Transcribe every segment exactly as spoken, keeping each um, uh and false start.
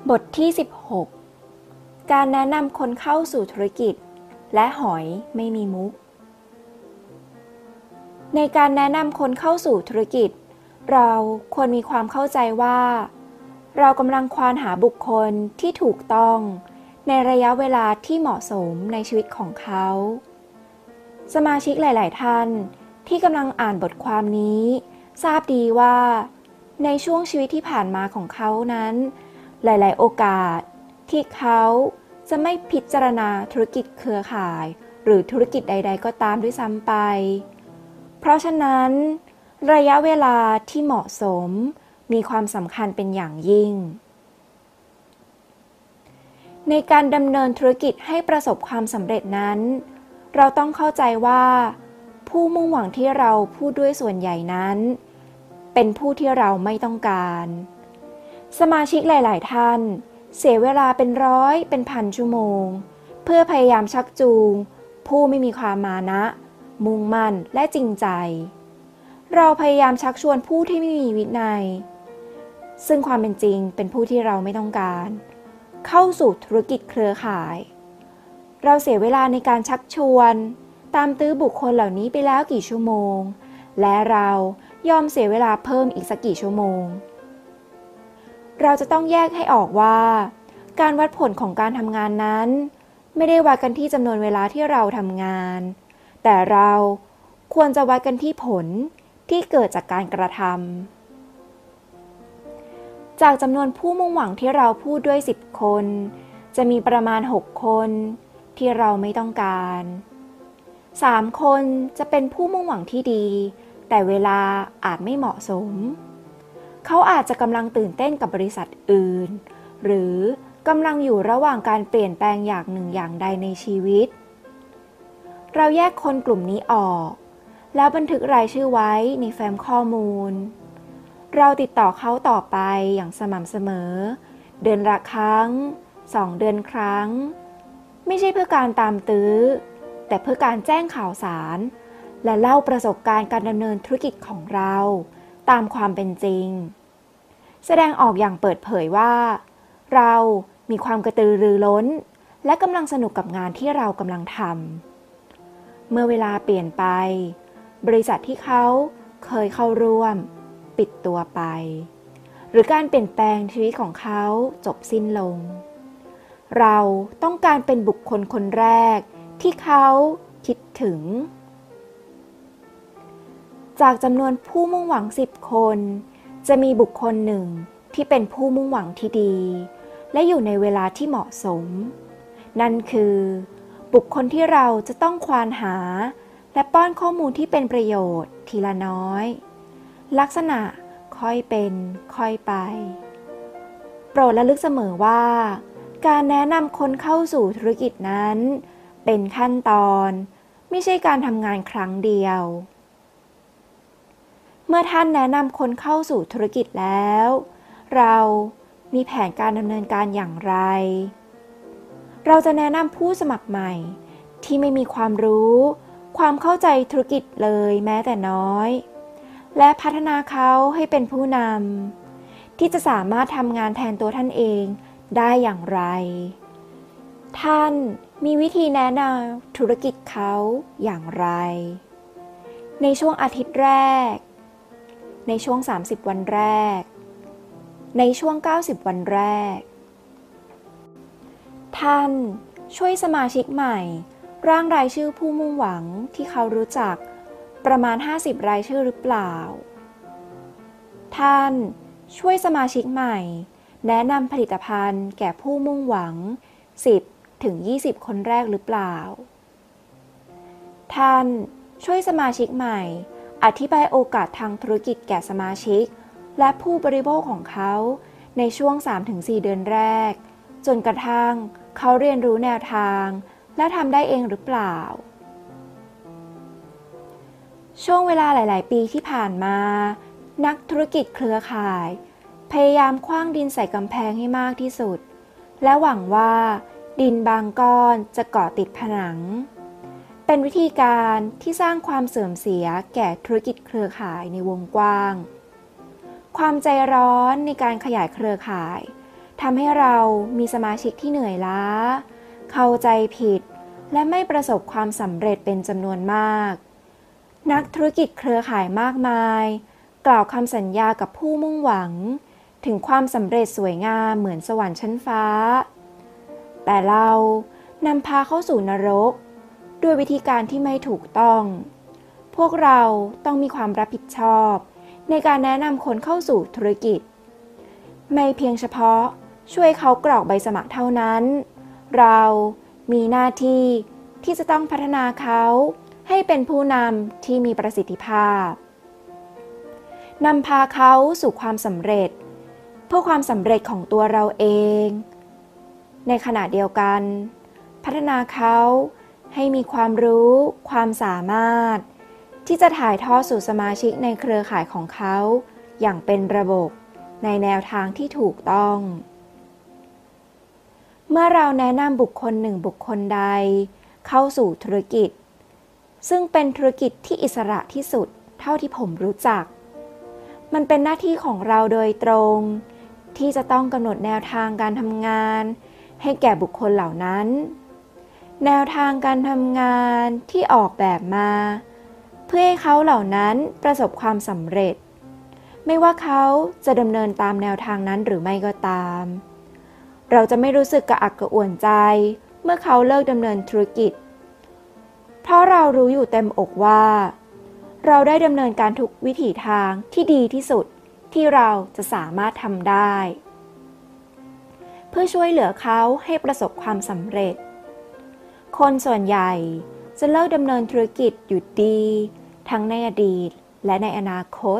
บทที่สิบหกการแนะนำคนเข้าสู่ธุรกิจและหอยไม่มีมุกในการแนะนำคนเข้าสู่ธุรกิจเราควรมีความเข้าใจว่าเรากำลังควานหาบุคคลที่ถูกต้องในระยะเวลาที่เหมาะสมในชีวิตของเขาสมาชิกหลาย ๆ ท่านที่กำลังอ่านบทความนี้ทราบดีว่าในช่วงชีวิตที่ผ่านมาของเขานั้นหลาย ๆ โอกาสที่เขาจะไม่พิจารณาธุรกิจเครือข่ายหรือธุรกิจใด ๆ ก็ตามด้วยซ้ำไปเพราะฉะนั้นระยะเวลาที่เหมาะสมมีความสำคัญเป็นอย่างยิ่งในการดำเนินธุรกิจให้ประสบความสำเร็จนั้นเราต้องเข้าใจว่าผู้มุ่งหวังที่เราพูดด้วยส่วนใหญ่นั้นเป็นผู้ที่เราไม่ต้องการสมาชิกหลาย ๆ ท่านเสียเวลาเป็นร้อยเป็นพันชั่วโมงเพื่อพยายามชักจูงผู้ไม่มีความมานะมุ่งมั่นและจริงใจเราพยายามชักชวนผู้ที่ไม่มีวินัยซึ่งความเป็นจริงเป็นผู้ที่เราไม่ต้องการเข้าสู่ธุรกิจเครือข่ายเราเสียเวลาในการชักชวนตามตื้อบุคคลเหล่านี้ไปแล้วกี่ชั่วโมงและเรายอมเสียเวลาเพิ่มอีกสักกี่ชั่วโมงเราจะต้องแยกให้ออกว่าการวัดผลของการทำงานนั้นไม่ได้วัดกันที่จำนวนเวลาที่เราทำงานแต่เราควรจะวัดกันที่ผลที่เกิดจากการกระทำจากจำนวนผู้มุ่งหวังที่เราพูดด้วยสิบคนจะมีประมาณหกคนที่เราไม่ต้องการสามคนจะเป็นผู้มุ่งหวังที่ดีแต่เวลาอาจไม่เหมาะสมเขาอาจจะกำลังตื่นเต้นกับบริษัทอื่นหรือกำลังอยู่ระหว่างการเปลี่ยนแปลงอย่างหนึ่งอย่างใดในชีวิตเราแยกคนกลุ่มนี้ออกแล้วบันทึกรายชื่อไว้ในแฟ้มข้อมูลเราติดต่อเขาต่อไปอย่างสม่ำเสมอเดือนละครั้งสองเดือนครั้งไม่ใช่เพื่อการตามตื้อแต่เพื่อการแจ้งข่าวสารและเล่าประสบการณ์การดำเนินธุรกิจของเราตามความเป็นจริงแสดงออกอย่างเปิดเผยว่าเรามีความกระตือรือร้นและกำลังสนุกกับงานที่เรากำลังทำเมื่อเวลาเปลี่ยนไปบริษัทที่เขาเคยเข้าร่วมปิดตัวไปหรือการเปลี่ยนแปลงชีวิตของเขาจบสิ้นลงเราต้องการเป็นบุคคลคนแรกที่เขาคิดถึงจากจำนวนผู้มุ่งหวังสิบคนจะมีบุคคลหนึ่งที่เป็นผู้มุ่งหวังที่ดีและอยู่ในเวลาที่เหมาะสมนั่นคือบุคคลที่เราจะต้องควานหาและป้อนข้อมูลที่เป็นประโยชน์ทีละน้อยลักษณะค่อยเป็นค่อยไปโปรดระลึกเสมอว่าการแนะนำคนเข้าสู่ธุรกิจนั้นเป็นขั้นตอนไม่ใช่การทำงานครั้งเดียวเมื่อท่านแนะนำคนเข้าสู่ธุรกิจแล้วเรามีแผนการดำเนินการอย่างไรเราจะแนะนำผู้สมัครใหม่ที่ไม่มีความรู้ความเข้าใจธุรกิจเลยแม้แต่น้อยและพัฒนาเขาให้เป็นผู้นำที่จะสามารถทำงานแทนตัวท่านเองได้อย่างไรท่านมีวิธีแนะนำธุรกิจเขาอย่างไรในช่วงอาทิตย์แรกในช่วงสามสิบวันแรกในช่วงเก้าสิบวันแรกท่านช่วยสมาชิกใหม่ร่างรายชื่อผู้มุ่งหวังที่เขารู้จักประมาณห้าสิบรายชื่อหรือเปล่าท่านช่วยสมาชิกใหม่แนะนำผลิตภัณฑ์แก่ผู้มุ่งหวังสิบถึงยี่สิบคนแรกหรือเปล่าท่านช่วยสมาชิกใหม่อธิบายโอกาสทางธุรกิจแก่สมาชิกและผู้บริโภคของเขาในช่วง สามถึงสี่ เดือนแรกจนกระทั่งเขาเรียนรู้แนวทางและทำได้เองหรือเปล่าช่วงเวลาหลายๆปีที่ผ่านมานักธุรกิจเครือข่ายพยายามขว้างดินใส่กำแพงให้มากที่สุดและหวังว่าดินบางก้อนจะเกาะติดผนังเป็นวิธีการที่สร้างความเสื่อมเสียแก่ธุรกิจเครือข่ายในวงกว้างความใจร้อนในการขยายเครือข่ายทำให้เรามีสมาชิกที่เหนื่อยล้าเข้าใจผิดและไม่ประสบความสำเร็จเป็นจำนวนมากนักธุรกิจเครือข่ายมากมายกล่าวคำสัญญากับผู้มุ่งหวังถึงความสำเร็จสวยงามเหมือนสวรรค์ชั้นฟ้าแต่เรานำพาเข้าสู่นรกด้วยวิธีการที่ไม่ถูกต้องพวกเราต้องมีความรับผิดชอบในการแนะนำคนเข้าสู่ธุรกิจไม่เพียงเฉพาะช่วยเขากรอกใบสมัครเท่านั้นเรามีหน้าที่ที่จะต้องพัฒนาเขาให้เป็นผู้นำที่มีประสิทธิภาพนำพาเขาสู่ความสำเร็จเพื่อความสำเร็จของตัวเราเองในขณะเดียวกันพัฒนาเขาให้มีความรู้ความสามารถที่จะถ่ายทอดสู่สมาชิกในเครือข่ายของเขาอย่างเป็นระบบในแนวทางที่ถูกต้องเมื่อเราแนะนำบุคคลหนึ่งบุคคลใดเข้าสู่ธุรกิจซึ่งเป็นธุรกิจที่อิสระที่สุดเท่าที่ผมรู้จักมันเป็นหน้าที่ของเราโดยตรงที่จะต้องกำหนดแนวทางการทำงานให้แก่บุคคลเหล่านั้นแนวทางการทำงานที่ออกแบบมาเพื่อให้เขาเหล่านั้นประสบความสำเร็จไม่ว่าเขาจะดำเนินตามแนวทางนั้นหรือไม่ก็ตามเราจะไม่รู้สึกกระอักกระอ่วนใจเมื่อเขาเลิกดำเนินธุรกิจเพราะเรารู้อยู่เต็มอกว่าเราได้ดำเนินการทุกวิถีทางที่ดีที่สุดที่เราจะสามารถทำได้เพื่อช่วยเหลือเขาให้ประสบความสำเร็จคนส่วนใหญ่จะเลิกดำเนินธุรกิจหยุดดีทั้งในอดีตและในอนาคต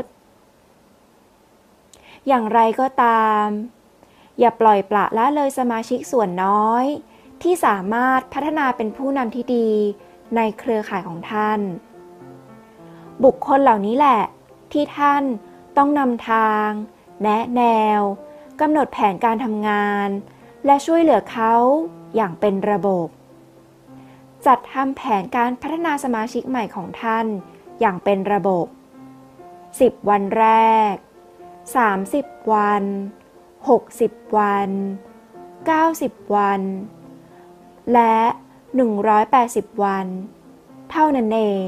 อย่างไรก็ตามอย่าปล่อยปละละเลยสมาชิกส่วนน้อยที่สามารถพัฒนาเป็นผู้นำที่ดีในเครือข่ายของท่านบุคคลเหล่านี้แหละที่ท่านต้องนำทางแนะแนวกำหนดแผนการทำงานและช่วยเหลือเขาอย่างเป็นระบบจัดทำแผนการพัฒนาสมาชิกใหม่ของท่านอย่างเป็นระบบสิบวันแรกสามสิบวันหกสิบวันเก้าสิบวันและหนึ่งร้อยแปดสิบวันเท่านั้นเอง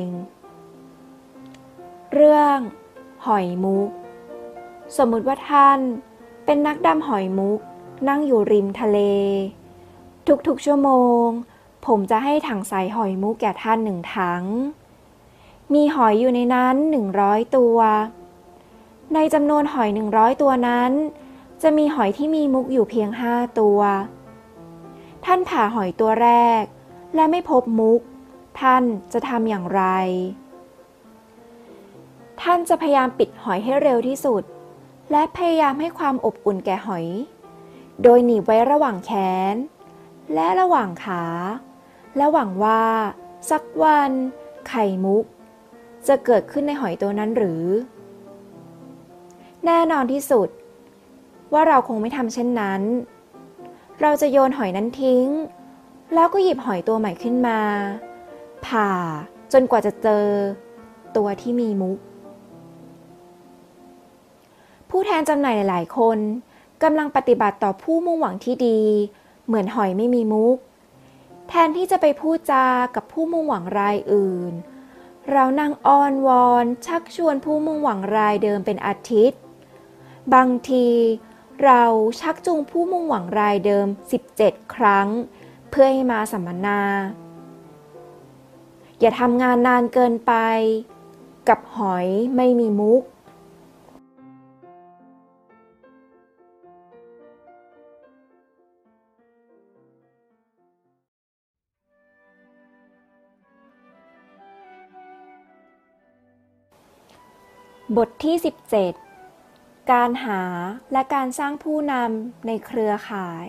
เรื่องหอยมุกสมมุติว่าท่านเป็นนักดำหอยมุกนั่งอยู่ริมทะเลทุกๆชั่วโมงผมจะให้ถังใส่หอยมุกแก่ท่านหนึ่งถังมีหอยอยู่ในนั้นหนึ่งร้อยตัวในจำนวนหอยหนึ่งร้อยตัวนั้นจะมีหอยที่มีมุกอยู่เพียงห้าตัวท่านผ่าหอยตัวแรกและไม่พบมุกท่านจะทำอย่างไรท่านจะพยายามปิดหอยให้เร็วที่สุดและพยายามให้ความอบอุ่นแก่หอยโดยหนีบไว้ระหว่างแขนและระหว่างขาและหวังว่าสักวันไข่มุกจะเกิดขึ้นในหอยตัวนั้นหรือแน่นอนที่สุดว่าเราคงไม่ทำเช่นนั้นเราจะโยนหอยนั้นทิ้งแล้วก็หยิบหอยตัวใหม่ขึ้นมาผ่าจนกว่าจะเจอตัวที่มีมุกผู้แทนจำหน่ายหลายๆคนกำลังปฏิบัติต่อผู้มุ่งหวังที่ดีเหมือนหอยไม่มีมุกแทนที่จะไปพูดจากับผู้มุ่งหวังรายอื่นเรานั่งอ้อนวอนชักชวนผู้มุ่งหวังรายเดิมเป็นอาทิตย์บางทีเราชักจูงผู้มุ่งหวังรายเดิมสิบเจ็ดครั้งเพื่อให้มาสัมมนาอย่าทำงานนานเกินไปกับหอยไม่มีมุกบทที่สิบเจ็ดการหาและการสร้างผู้นำในเครือข่าย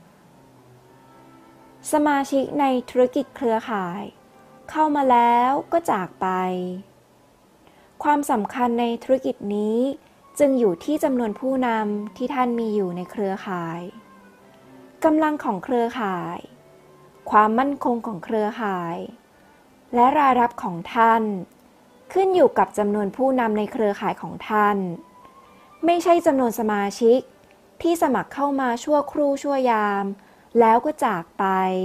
สมาชิกในธุรกิจเครือข่ายเข้ามาแล้วก็จากไปความสำคัญในธุรกิจนี้จึงอยู่ที่จำนวนผู้นำที่ท่านมีอยู่ในเครือข่ายกำลังของเครือข่ายความมั่นคงของเครือข่ายและรายรับของท่านขึ้นอยู่กับจำนวนผู้นำในเครือข่ายของท่านไม่ใช่จำนวนสมาชิกที่สมัครเข้ามาชั่วครู่ชั่วยามแล้วก็จากไป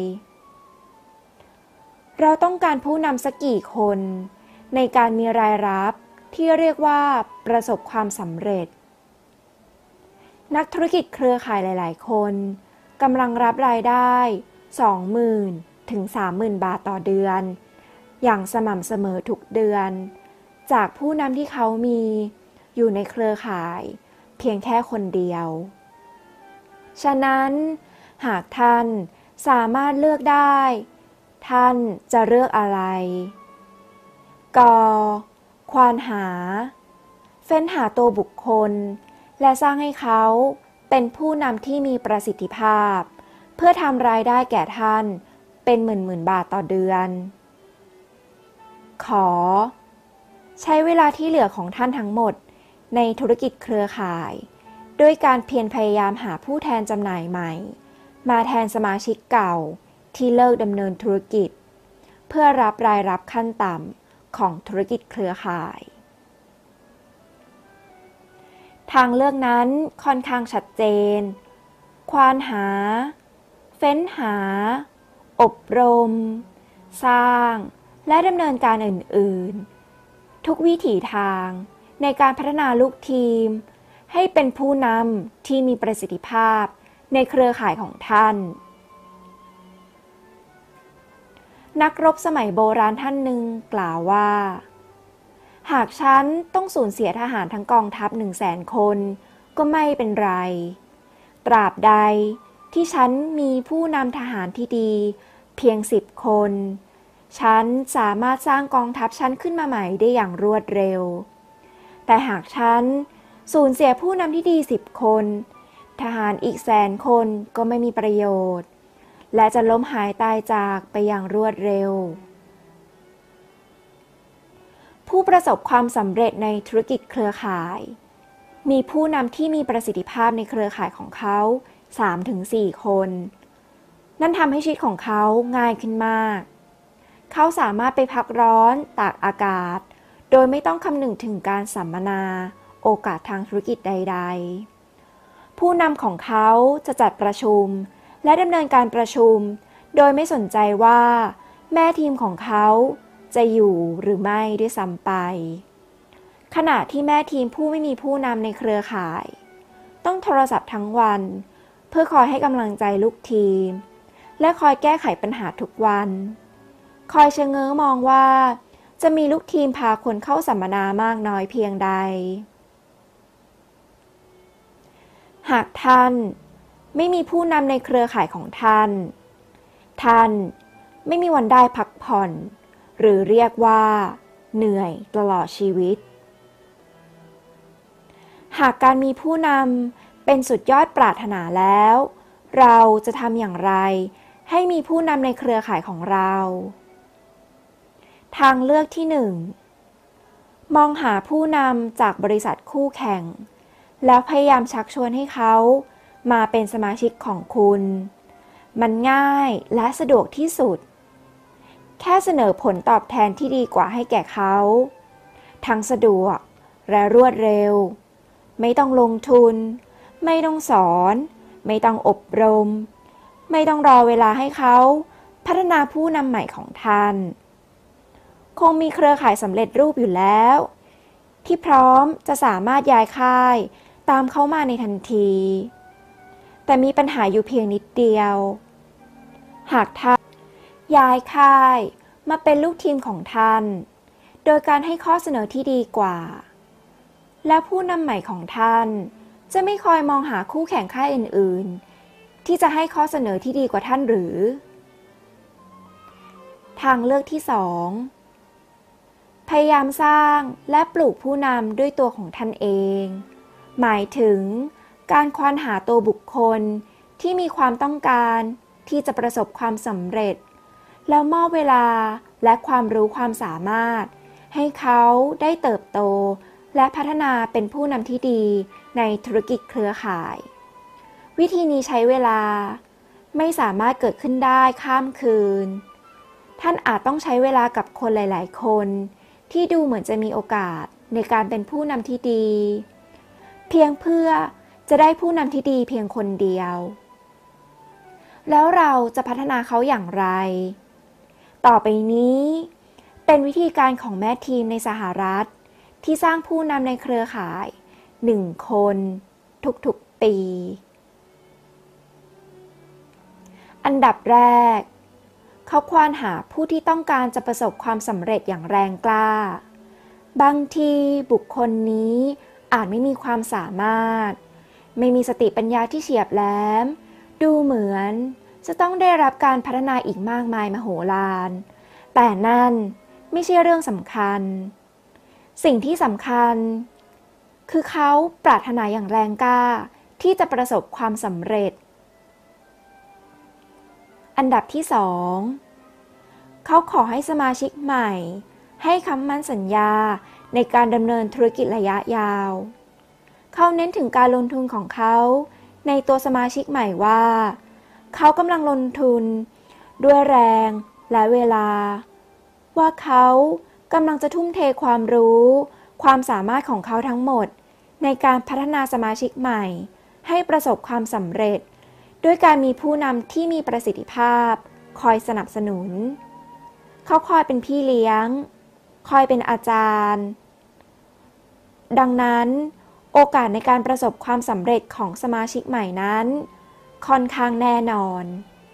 เราต้องการผู้นำสักกี่คนในการมีรายรับที่เรียกว่าประสบความสำเร็จนักธุรกิจเครือข่ายหลายๆคนกำลังรับรายได้ สองหมื่น ถึง สามหมื่น บาทต่อเดือนอย่างสม่ำเสมอทุกเดือนจากผู้นำที่เขามีอยู่ในเครือข่ายเพียงแค่คนเดียวฉะนั้นหากท่านสามารถเลือกได้ท่านจะเลือกอะไรกควานหาเฟ้นหาตัวบุคคลและสร้างให้เขาเป็นผู้นำที่มีประสิทธิภาพเพื่อทำรายได้แก่ท่านเป็นหมื่นๆบาทต่อเดือนขอใช้เวลาที่เหลือของท่านทั้งหมดในธุรกิจเครือข่ายด้วยการเพียรพยายามหาผู้แทนจำหน่ายใหม่มาแทนสมาชิกเก่าที่เลิกดำเนินธุรกิจเพื่อรับรายรับขั้นต่ำของธุรกิจเครือข่ายทางเลือกนั้นค่อนข้างชัดเจนควานหาเฟ้นหาอบรมสร้างและดำเนินการอื่นๆทุกวิถีทางในการพัฒนาลูกทีมให้เป็นผู้นำที่มีประสิทธิภาพในเครือข่ายของท่านนักรบสมัยโบราณท่านหนึ่งกล่าวว่าหากฉันต้องสูญเสียทหารทั้งกองทัพหนึ่งแสนคนก็ไม่เป็นไรตราบใดที่ฉันมีผู้นำทหารที่ดีเพียงสิบคนฉันสามารถสร้างกองทัพฉันขึ้นมาใหม่ได้อย่างรวดเร็วแต่หากฉันสูญเสียผู้นำที่ดีสิบคนทหารอีกแสนคนก็ไม่มีประโยชน์และจะล้มหายตายจากไปอย่างรวดเร็วผู้ประสบความสำเร็จในธุรกิจเครือข่ายมีผู้นำที่มีประสิทธิภาพในเครือข่ายของเขา สามถึงสี่ คนนั่นทำให้ชีวิตของเขาง่ายขึ้นมากเขาสามารถไปพักร้อนตากอากาศโดยไม่ต้องคำนึงถึงการสัมมนาโอกาสทางธุรกิจใดๆผู้นำของเขาจะจัดประชุมและดำเนินการประชุมโดยไม่สนใจว่าแม่ทีมของเขาจะอยู่หรือไม่ด้วยซ้ำไปขณะที่แม่ทีมผู้ไม่มีผู้นำในเครือข่ายต้องโทรศัพท์ทั้งวันเพื่อคอยให้กำลังใจลูกทีมและคอยแก้ไขปัญหาทุกวันคอยชะเง้อมองว่าจะมีลูกทีมพาคนเข้าสัมมนามากน้อยเพียงใดหากท่านไม่มีผู้นำในเครือข่ายของท่านท่านไม่มีวันได้พักผ่อนหรือเรียกว่าเหนื่อยตลอดชีวิตหากการมีผู้นำเป็นสุดยอดปรารถนาแล้วเราจะทำอย่างไรให้มีผู้นำในเครือข่ายของเราทางเลือกที่หนึ่งมองหาผู้นำจากบริษัทคู่แข่งแล้วพยายามชักชวนให้เขามาเป็นสมาชิกของคุณมันง่ายและสะดวกที่สุดแค่เสนอผลตอบแทนที่ดีกว่าให้แก่เขาทั้งสะดวกและรวดเร็วไม่ต้องลงทุนไม่ต้องสอนไม่ต้องอบรมไม่ต้องรอเวลาให้เขาพัฒนาผู้นำใหม่ของท่านคงมีเครือข่ายสำเร็จรูปอยู่แล้วที่พร้อมจะสามารถย้ายค่ายตามเขามาในทันทีแต่มีปัญหาอยู่เพียงนิดเดียวหากท่านย้ายค่ายมาเป็นลูกทีมของท่านโดยการให้ข้อเสนอที่ดีกว่าและผู้นำใหม่ของท่านจะไม่คอยมองหาคู่แข่งค่ายอื่นๆที่จะให้ข้อเสนอที่ดีกว่าท่านหรือทางเลือกที่สองพยายามสร้างและปลูกผู้นำด้วยตัวของท่านเองหมายถึงการควานหาตัวบุคคลที่มีความต้องการที่จะประสบความสำเร็จแล้วมอบเวลาและความรู้ความสามารถให้เขาได้เติบโตและพัฒนาเป็นผู้นำที่ดีในธุรกิจเครือข่ายวิธีนี้ใช้เวลาไม่สามารถเกิดขึ้นได้ข้ามคืนท่านอาจต้องใช้เวลากับคนหลายๆคนที่ดูเหมือนจะมีโอกาสในการเป็นผู้นำที่ดีเพียงเพื่อจะจะได้ผู้นำที่ดีเพียงคนเดียวแล้วเราจะพัฒนาเขาอย่างไรต่อไปนี้เป็นวิธีการของแม่ทีมในสหรัฐที่สร้างผู้นำในเครือข่ายหนึ่งคนทุกๆปีอันดับแรกเขาควานหาผู้ที่ต้องการจะประสบความสำเร็จอย่างแรงกล้าบางทีบุคคลนี้อาจไม่มีความสามารถไม่มีสติปัญญาที่เฉียบแหลมดูเหมือนจะต้องได้รับการพัฒนาอีกมากมายมโหฬารแต่นั่นไม่ใช่เรื่องสำคัญสิ่งที่สำคัญคือเขาปรารถนาอย่างแรงกล้าที่จะประสบความสำเร็จอันดับที่สองเขาขอให้สมาชิกใหม่ให้คำมั่นสัญญาในการดำเนินธุรกิจระยะยาวเขาเน้นถึงการลงทุนของเขาในตัวสมาชิกใหม่ว่าเขากำลังลงทุนด้วยแรงและเวลาว่าเขากำลังจะทุ่มเทความรู้ความสามารถของเขาทั้งหมดในการพัฒนาสมาชิกใหม่ให้ประสบความสำเร็จด้วยการมีผู้นำที่มีประสิทธิภาพคอยสนับสนุนเขาคอยเป็นพี่เลี้ยงคอยเป็นอาจารย์ดังนั้นโอกาสในการประสบความสำเร็จของสมาชิกใหม่นั้นค่อนข้างแน่นอน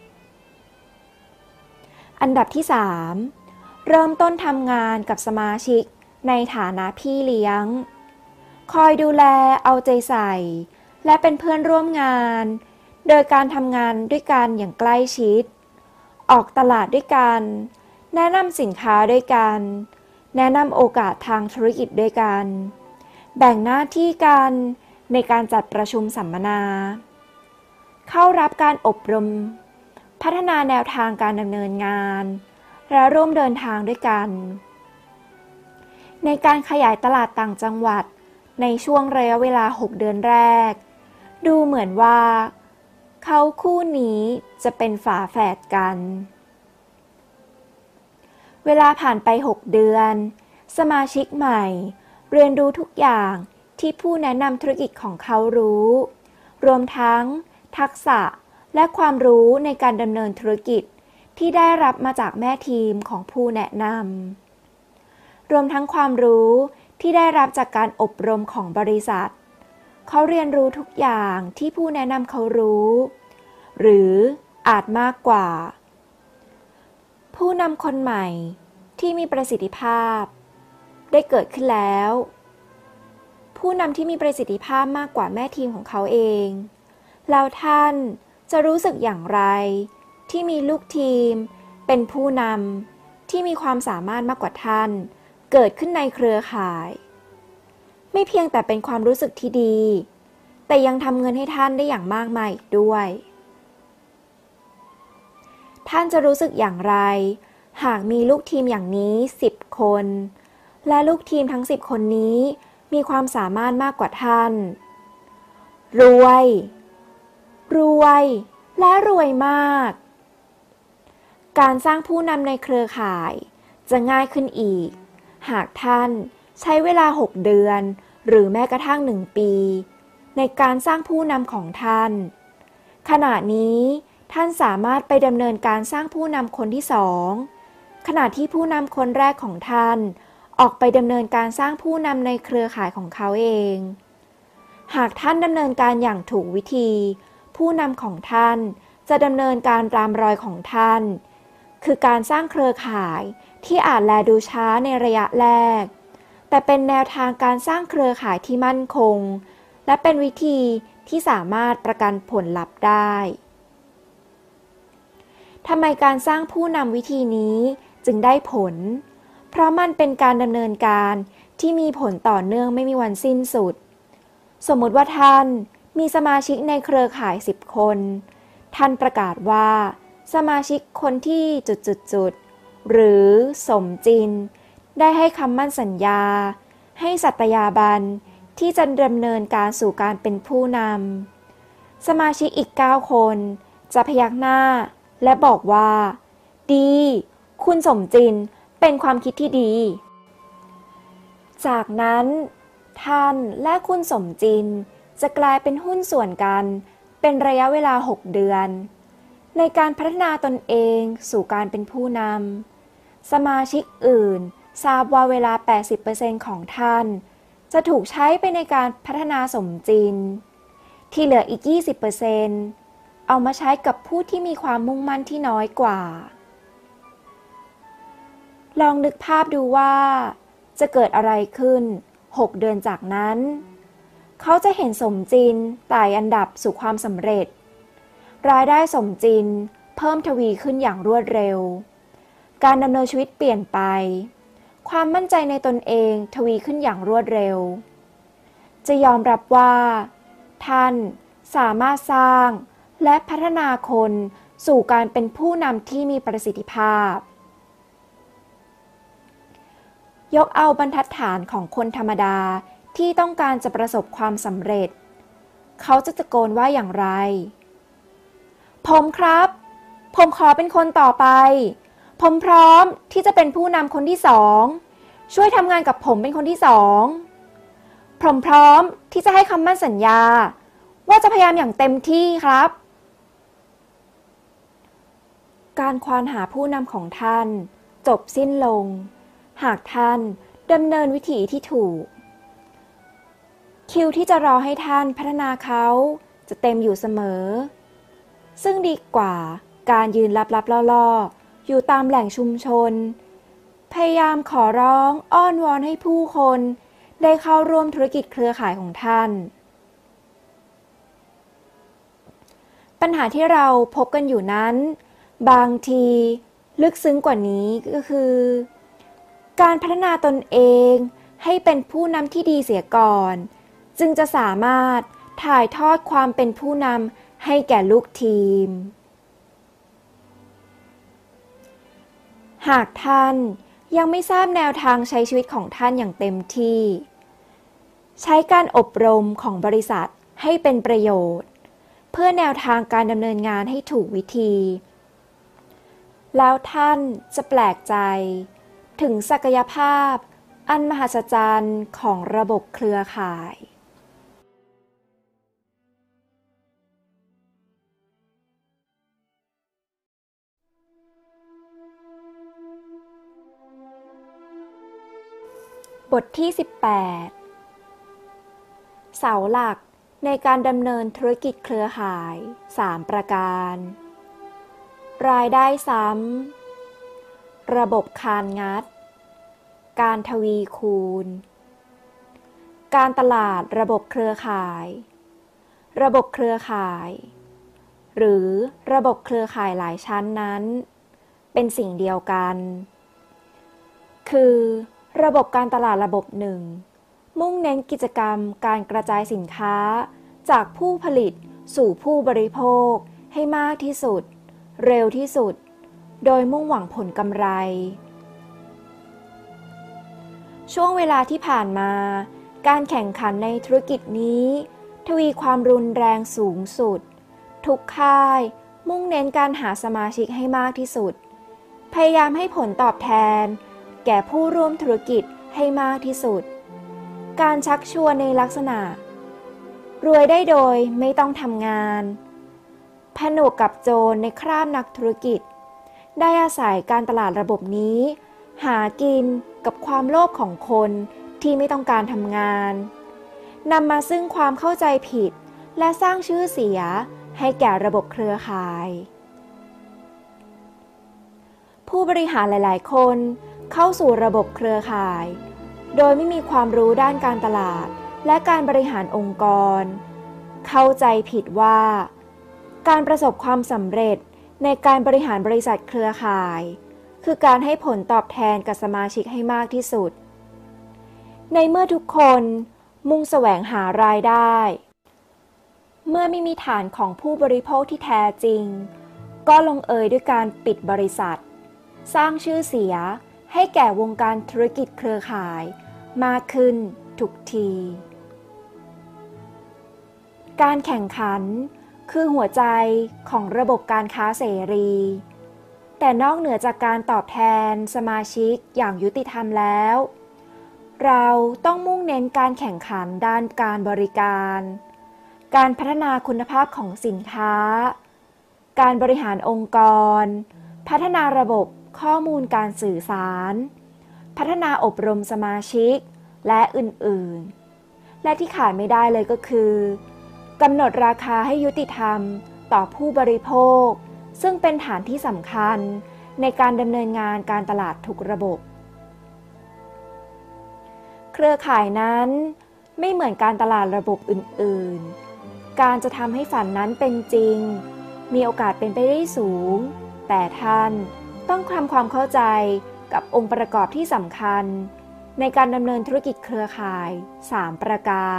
อันดับที่สามเริ่มต้นทำงานกับสมาชิกในฐานะพี่เลี้ยงคอยดูแลเอาใจใส่และเป็นเพื่อนร่วมงานโดยการทำงานด้วยกันอย่างใกล้ชิดออกตลาดด้วยกันแนะนำสินค้าด้วยกันแนะนำโอกาสทางธุรกิจด้วยกันแบ่งหน้าที่กันในการจัดประชุมสัมมนาเข้ารับการอบรมพัฒนาแนวทางการดำเนินงานและร่วมเดินทางด้วยกันในการขยายตลาดต่างจังหวัดในช่วงระยะเวลาหกเดือนแรกดูเหมือนว่าเขาคู่นี้จะเป็นฝาแฝดกันเวลาผ่านไปหกเดือนสมาชิกใหม่เรียนรู้ทุกอย่างที่ผู้แนะนำธุรกิจของเขารู้รวมทั้งทักษะและความรู้ในการดำเนินธุรกิจที่ได้รับมาจากแม่ทีมของผู้แนะนำรวมทั้งความรู้ที่ได้รับจากการอบรมของบริษัทเขาเรียนรู้ทุกอย่างที่ผู้แนะนำเขารู้หรืออาจมากกว่าผู้นำคนใหม่ที่มีประสิทธิภาพได้เกิดขึ้นแล้วผู้นำที่มีประสิทธิภาพมากกว่าแม่ทีมของเขาเองแล้วท่านจะรู้สึกอย่างไรที่มีลูกทีมเป็นผู้นำที่มีความสามารถมากกว่าท่านเกิดขึ้นในเครือข่ายไม่เพียงแต่เป็นความรู้สึกที่ดีแต่ยังทำเงินให้ท่านได้อย่างมากมายอีกด้วยท่านจะรู้สึกอย่างไรหากมีลูกทีมอย่างนี้สิบคนและลูกทีมทั้งสิบคนนี้มีความสามารถมากกว่าท่านรวยรวยและรวยมากการสร้างผู้นำในเครือข่ายจะง่ายขึ้นอีกหากท่านใช้เวลาหกเดือนหรือแม้กระทั่งหนึ่งปีในการสร้างผู้นำของท่านขณะนี้ท่านสามารถไปดำเนินการสร้างผู้นำคนที่สองขณะที่ผู้นำคนแรกของท่านออกไปดำเนินการสร้างผู้นำในเครือข่ายของเขาเองหากท่านดำเนินการอย่างถูกวิธีผู้นำของท่านจะดำเนินการตามรอยของท่านคือการสร้างเครือข่ายที่อาจแลดูช้าในระยะแรกแต่เป็นแนวทางการสร้างเครือข่ายที่มั่นคงและเป็นวิธีที่สามารถประกันผลลัพธ์ได้ทำไมการสร้างผู้นำวิธีนี้จึงได้ผลเพราะมันเป็นการดำเนินการที่มีผลต่อเนื่องไม่มีวันสิ้นสุดสมมติว่าท่านมีสมาชิกในเครือข่ายสิบคนท่านประกาศว่าสมาชิกคนที่จุดๆๆหรือสมจริงได้ให้คำมั่นสัญญาให้สัตยาบันที่จะดำเนินการสู่การเป็นผู้นำสมาชิกอีกเก้าคนจะพยักหน้าและบอกว่าดีคุณสมจริงเป็นความคิดที่ดีจากนั้นท่านและคุณสมจริงจะกลายเป็นหุ้นส่วนกันเป็นระยะเวลาหกเดือนในการพัฒนาตนเองสู่การเป็นผู้นำสมาชิกอื่นทราบว่าเวลา แปดสิบเปอร์เซ็นต์ ของท่านจะถูกใช้ไปในการพัฒนาสมจริงที่เหลืออีก ยี่สิบเปอร์เซ็นต์ เอามาใช้กับผู้ที่มีความมุ่งมั่นที่น้อยกว่าลองนึกภาพดูว่าจะเกิดอะไรขึ้นหกเดือนจากนั้นเขาจะเห็นสมจริงไต่อันดับสู่ความสำเร็จรายได้สมจริงเพิ่มทวีขึ้นอย่างรวดเร็วการดำเนินชีวิตเปลี่ยนไปความมั่นใจในตนเองทวีขึ้นอย่างรวดเร็วจะยอมรับว่าท่านสามารถสร้างและพัฒนาคนสู่การเป็นผู้นำที่มีประสิทธิภาพยกเอาบรรทัดฐานของคนธรรมดาที่ต้องการจะประสบความสำเร็จเขาจะตะโกนว่าอย่างไรผมครับผมขอเป็นคนต่อไปผมพร้อมที่จะเป็นผู้นำคนที่สองช่วยทำงานกับผมเป็นคนที่สองผมพร้อมที่จะให้คำมั่นสัญญาว่าจะพยายามอย่างเต็มที่ครับการควานหาผู้นำของท่านจบสิ้นลงหากท่านดำเนินวิถีที่ถูกคิวที่จะรอให้ท่านพัฒนาเขาจะเต็มอยู่เสมอซึ่งดีกว่าการยืนลับๆล่อๆอยู่ตามแหล่งชุมชนพยายามขอร้องอ้อนวอนให้ผู้คนได้เข้าร่วมธุรกิจเครือข่ายของท่านปัญหาที่เราพบกันอยู่นั้นบางทีลึกซึ้งกว่านี้ก็คือการพัฒนาตนเองให้เป็นผู้นำที่ดีเสียก่อนจึงจะสามารถถ่ายทอดความเป็นผู้นำให้แก่ลูกทีมหากท่านยังไม่ทราบแนวทางใช้ชีวิตของท่านอย่างเต็มที่ใช้การอบรมของบริษัทให้เป็นประโยชน์เพื่อแนวทางการดำเนินงานให้ถูกวิธีแล้วท่านจะแปลกใจถึงศักยภาพอันมหัศจรรย์ของระบบเครือข่ายบทที่สิบแปดเสาหลักในการดำเนินธุรกิจเครือข่ายสามประการรายได้ซ้ำระบบคานงัดการทวีคูณการตลาดระบบเครือข่ายระบบเครือข่ายหรือระบบเครือข่ายหลายชั้นนั้นเป็นสิ่งเดียวกันคือระบบการตลาดระบบหนึ่งมุ่งเน้นกิจกรรมการกระจายสินค้าจากผู้ผลิตสู่ผู้บริโภคให้มากที่สุดเร็วที่สุดโดยมุ่งหวังผลกำไรช่วงเวลาที่ผ่านมาการแข่งขันในธุรกิจนี้ทวีความรุนแรงสูงสุดทุกค่ายมุ่งเน้นการหาสมาชิกให้มากที่สุดพยายามให้ผลตอบแทนแก่ผู้ร่วมธุรกิจให้มากที่สุดการชักชวนในลักษณะรวยได้โดยไม่ต้องทำงานผนวกกับโจรในคราบนักธุรกิจได้อาศัยการตลาดระบบนี้หากินกับความโลภของคนที่ไม่ต้องการทำงานนำมาซึ่งความเข้าใจผิดและสร้างชื่อเสียให้แก่ระบบเครือข่ายผู้บริหารหลายๆคนเข้าสู่ระบบเครือข่ายโดยไม่มีความรู้ด้านการตลาดและการบริหารองค์กรเข้าใจผิดว่าการประสบความสำเร็จในการบริหารบริษัทเครือข่ายคือการให้ผลตอบแทนกับสมาชิกให้มากที่สุดในเมื่อทุกคนมุ่งแสวงหารายได้เมื่อไม่มีฐานของผู้บริโภคที่แท้จริงก็ลงเอยด้วยการปิดบริษัทสร้างชื่อเสียให้แก่วงการธุรกิจเครือข่ายมากขึ้นทุกทีการแข่งขันคือหัวใจของระบบการค้าเสรีแต่นอกเหนือจากการตอบแทนสมาชิกอย่างยุติธรรมแล้วเราต้องมุ่งเน้นการแข่งขันด้านการบริการการพัฒนาคุณภาพของสินค้าการบริหารองค์กรพัฒนาระบบข้อมูลการสื่อสารพัฒนาอบรมสมาชิกและอื่นๆและที่ขาดไม่ได้เลยก็คือกำหนดราคาให้ยุติธรรมต่อผู้บริโภคซึ่งเป็นฐานที่สำคัญในการดำเนินงานการตลาดทุกระบบเครือข่ายนั้นไม่เหมือนการตลาดระบบอื่นๆการจะทำให้ฝันนั้นเป็นจริงมีโอกาสเป็นไปได้สูงแต่ท่านต้องทำความเข้าใจกับองค์ประกอบที่สำคัญในการดำเนินธุรกิจเครือข่ายสามประการ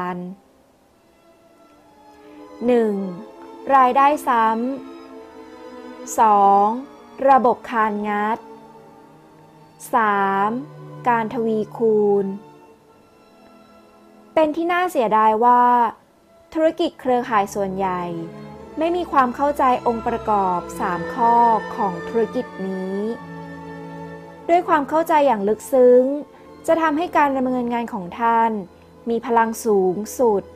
หนึ่ง. รายได้ซ้ำ สอง. ระบบคานงัด สาม. การทวีคูณเป็นที่น่าเสียดายว่าธุรกิจเครือข่ายส่วนใหญ่ไม่มีความเข้าใจองค์ประกอบสามข้อของธุรกิจนี้ด้วยความเข้าใจอย่างลึกซึ้งจะทำให้การดำเนินงานของท่านมีพลังสูงสุด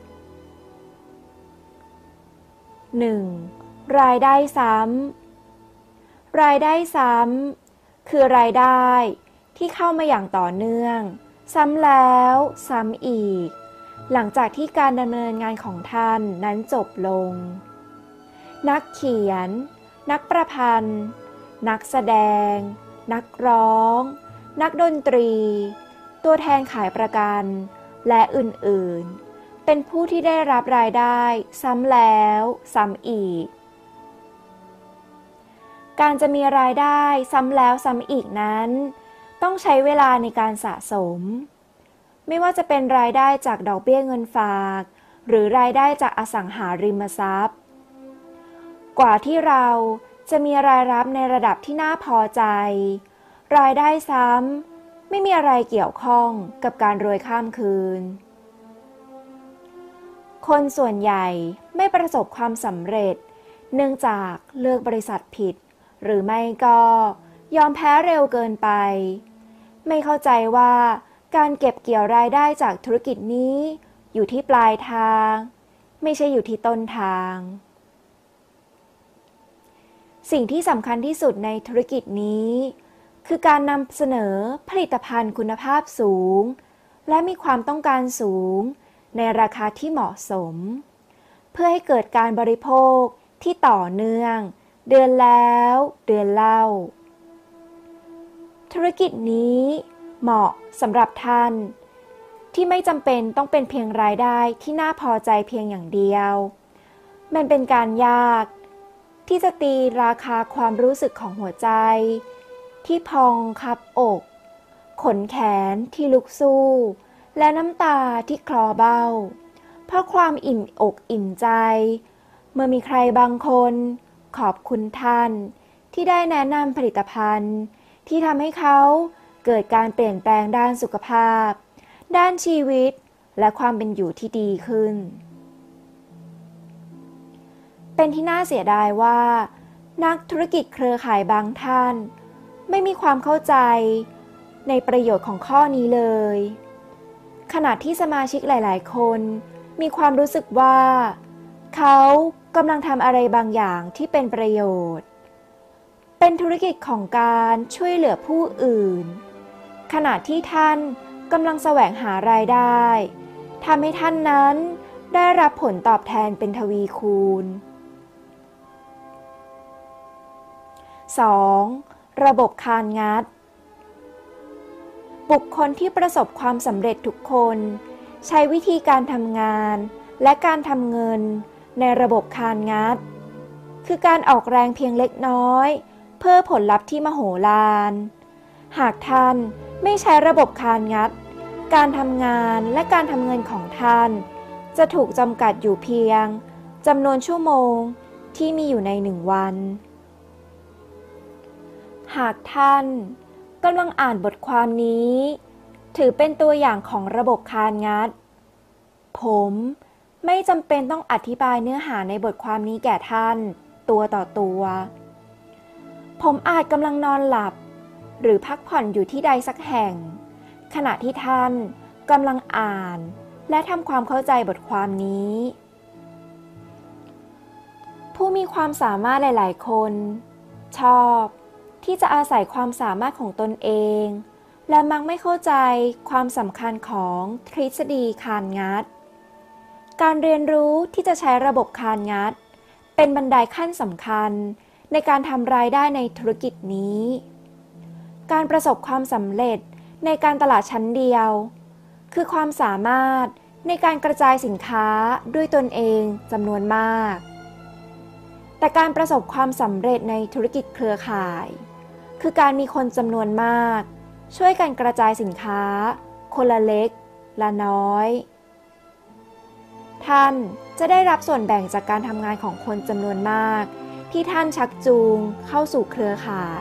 หนึ่ง. รายได้ซ้ำรายได้ซ้ำคือรายได้ที่เข้ามาอย่างต่อเนื่องซ้ำแล้วซ้ำอีกหลังจากที่การดำเนินงานของท่านนั้นจบลงนักเขียนนักประพันธ์นักแสดงนักร้องนักดนตรีตัวแทนขายประกันและอื่นๆเป็นผู้ที่ได้รับรายได้ซ้ำแล้วซ้ำอีกการจะมีรายได้ซ้ำแล้วซ้ำอีกนั้นต้องใช้เวลาในการสะสมไม่ว่าจะเป็นรายได้จากดอกเบี้ยเงินฝากหรือรายได้จากอสังหาริมทรัพย์กว่าที่เราจะมีรายรับในระดับที่น่าพอใจรายได้ซ้ำไม่มีอะไรเกี่ยวข้องกับการรวยข้ามคืนคนส่วนใหญ่ไม่ประสบความสำเร็จเนื่องจากเลือกบริษัทผิดหรือไม่ก็ยอมแพ้เร็วเกินไปไม่เข้าใจว่าการเก็บเกี่ยวรายได้จากธุรกิจนี้อยู่ที่ปลายทางไม่ใช่อยู่ที่ต้นทางสิ่งที่สำคัญที่สุดในธุรกิจนี้คือการนำเสนอผลิตภัณฑ์คุณภาพสูงและมีความต้องการสูงในราคาที่เหมาะสมเพื่อให้เกิดการบริโภคที่ต่อเนื่องเดือนแล้วเดือนเล่าธุรกิจนี้เหมาะสำหรับท่านที่ไม่จำเป็นต้องเป็นเพียงรายได้ที่น่าพอใจเพียงอย่างเดียวมันเป็นการยากที่จะตีราคาความรู้สึกของหัวใจที่พองคับอกขนแขนที่ลุกสู้และน้ำตาที่คลอเบ้าเพราะความอิ่มอกอิ่มใจเมื่อมีใครบางคนขอบคุณท่านที่ได้แนะนำผลิตภัณฑ์ที่ทำให้เขาเกิดการเปลี่ยนแปลงด้านสุขภาพด้านชีวิตและความเป็นอยู่ที่ดีขึ้นเป็นที่น่าเสียดายว่านักธุรกิจเครือข่ายบางท่านไม่มีความเข้าใจในประโยชน์ของข้อนี้เลยขณะที่สมาชิกหลายๆคนมีความรู้สึกว่าเขากำลังทำอะไรบางอย่างที่เป็นประโยชน์เป็นธุรกิจของการช่วยเหลือผู้อื่นขณะที่ท่านกำลังแสวงหารายได้ทำให้ท่านนั้นได้รับผลตอบแทนเป็นทวีคูณ สอง. ระบบคานงัดบุคคลที่ประสบความสำเร็จทุกคนใช้วิธีการทำงานและการทำเงินในระบบคานงัดคือการออกแรงเพียงเล็กน้อยเพื่อผลลัพธ์ที่มโหฬารหากท่านไม่ใช้ระบบคานงัดการทำงานและการทำเงินของท่านจะถูกจำกัดอยู่เพียงจำนวนชั่วโมงที่มีอยู่ในหนึ่งวันหากท่านกำลังอ่านบทความนี้ถือเป็นตัวอย่างของระบบคานงัดผมไม่จำเป็นต้องอธิบายเนื้อหาในบทความนี้แก่ท่านตัวต่อตัวผมอาจกำลังนอนหลับหรือพักผ่อนอยู่ที่ใดสักแห่งขณะที่ท่านกำลังอ่านและทำความเข้าใจบทความนี้ผู้มีความสามารถหลายๆคนชอบที่จะอาศัยความสามารถของตนเองและมักไม่เข้าใจความสำคัญของทฤษฎีคานงัดการเรียนรู้ที่จะใช้ระบบคานงัดเป็นบันไดขั้นสำคัญในการทำรายได้ในธุรกิจนี้การประสบความสำเร็จในการตลาดชั้นเดียวคือความสามารถในการกระจายสินค้าด้วยตนเองจำนวนมากแต่การประสบความสำเร็จในธุรกิจเครือข่ายคือการมีคนจำนวนมากช่วยกันกระจายสินค้าคนละเล็กละน้อยท่านจะได้รับส่วนแบ่งจากการทำงานของคนจำนวนมากที่ท่านชักจูงเข้าสู่เครือข่าย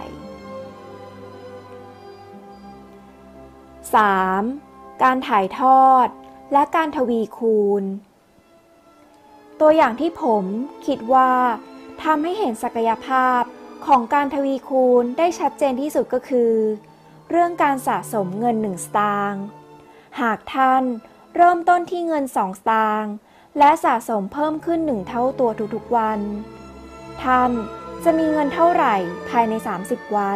สาม. การถ่ายทอดและการทวีคูณตัวอย่างที่ผมคิดว่าทำให้เห็นศักยภาพของการทวีคูณได้ชัดเจนที่สุดก็คือเรื่องการสะสมเงินหนึ่งสตางค์หากท่านเริ่มต้นที่เงินสองสตางค์และสะสมเพิ่มขึ้นหนึ่งเท่าตัวทุกๆวันท่านจะมีเงินเท่าไหร่ภายในสามสิบวัน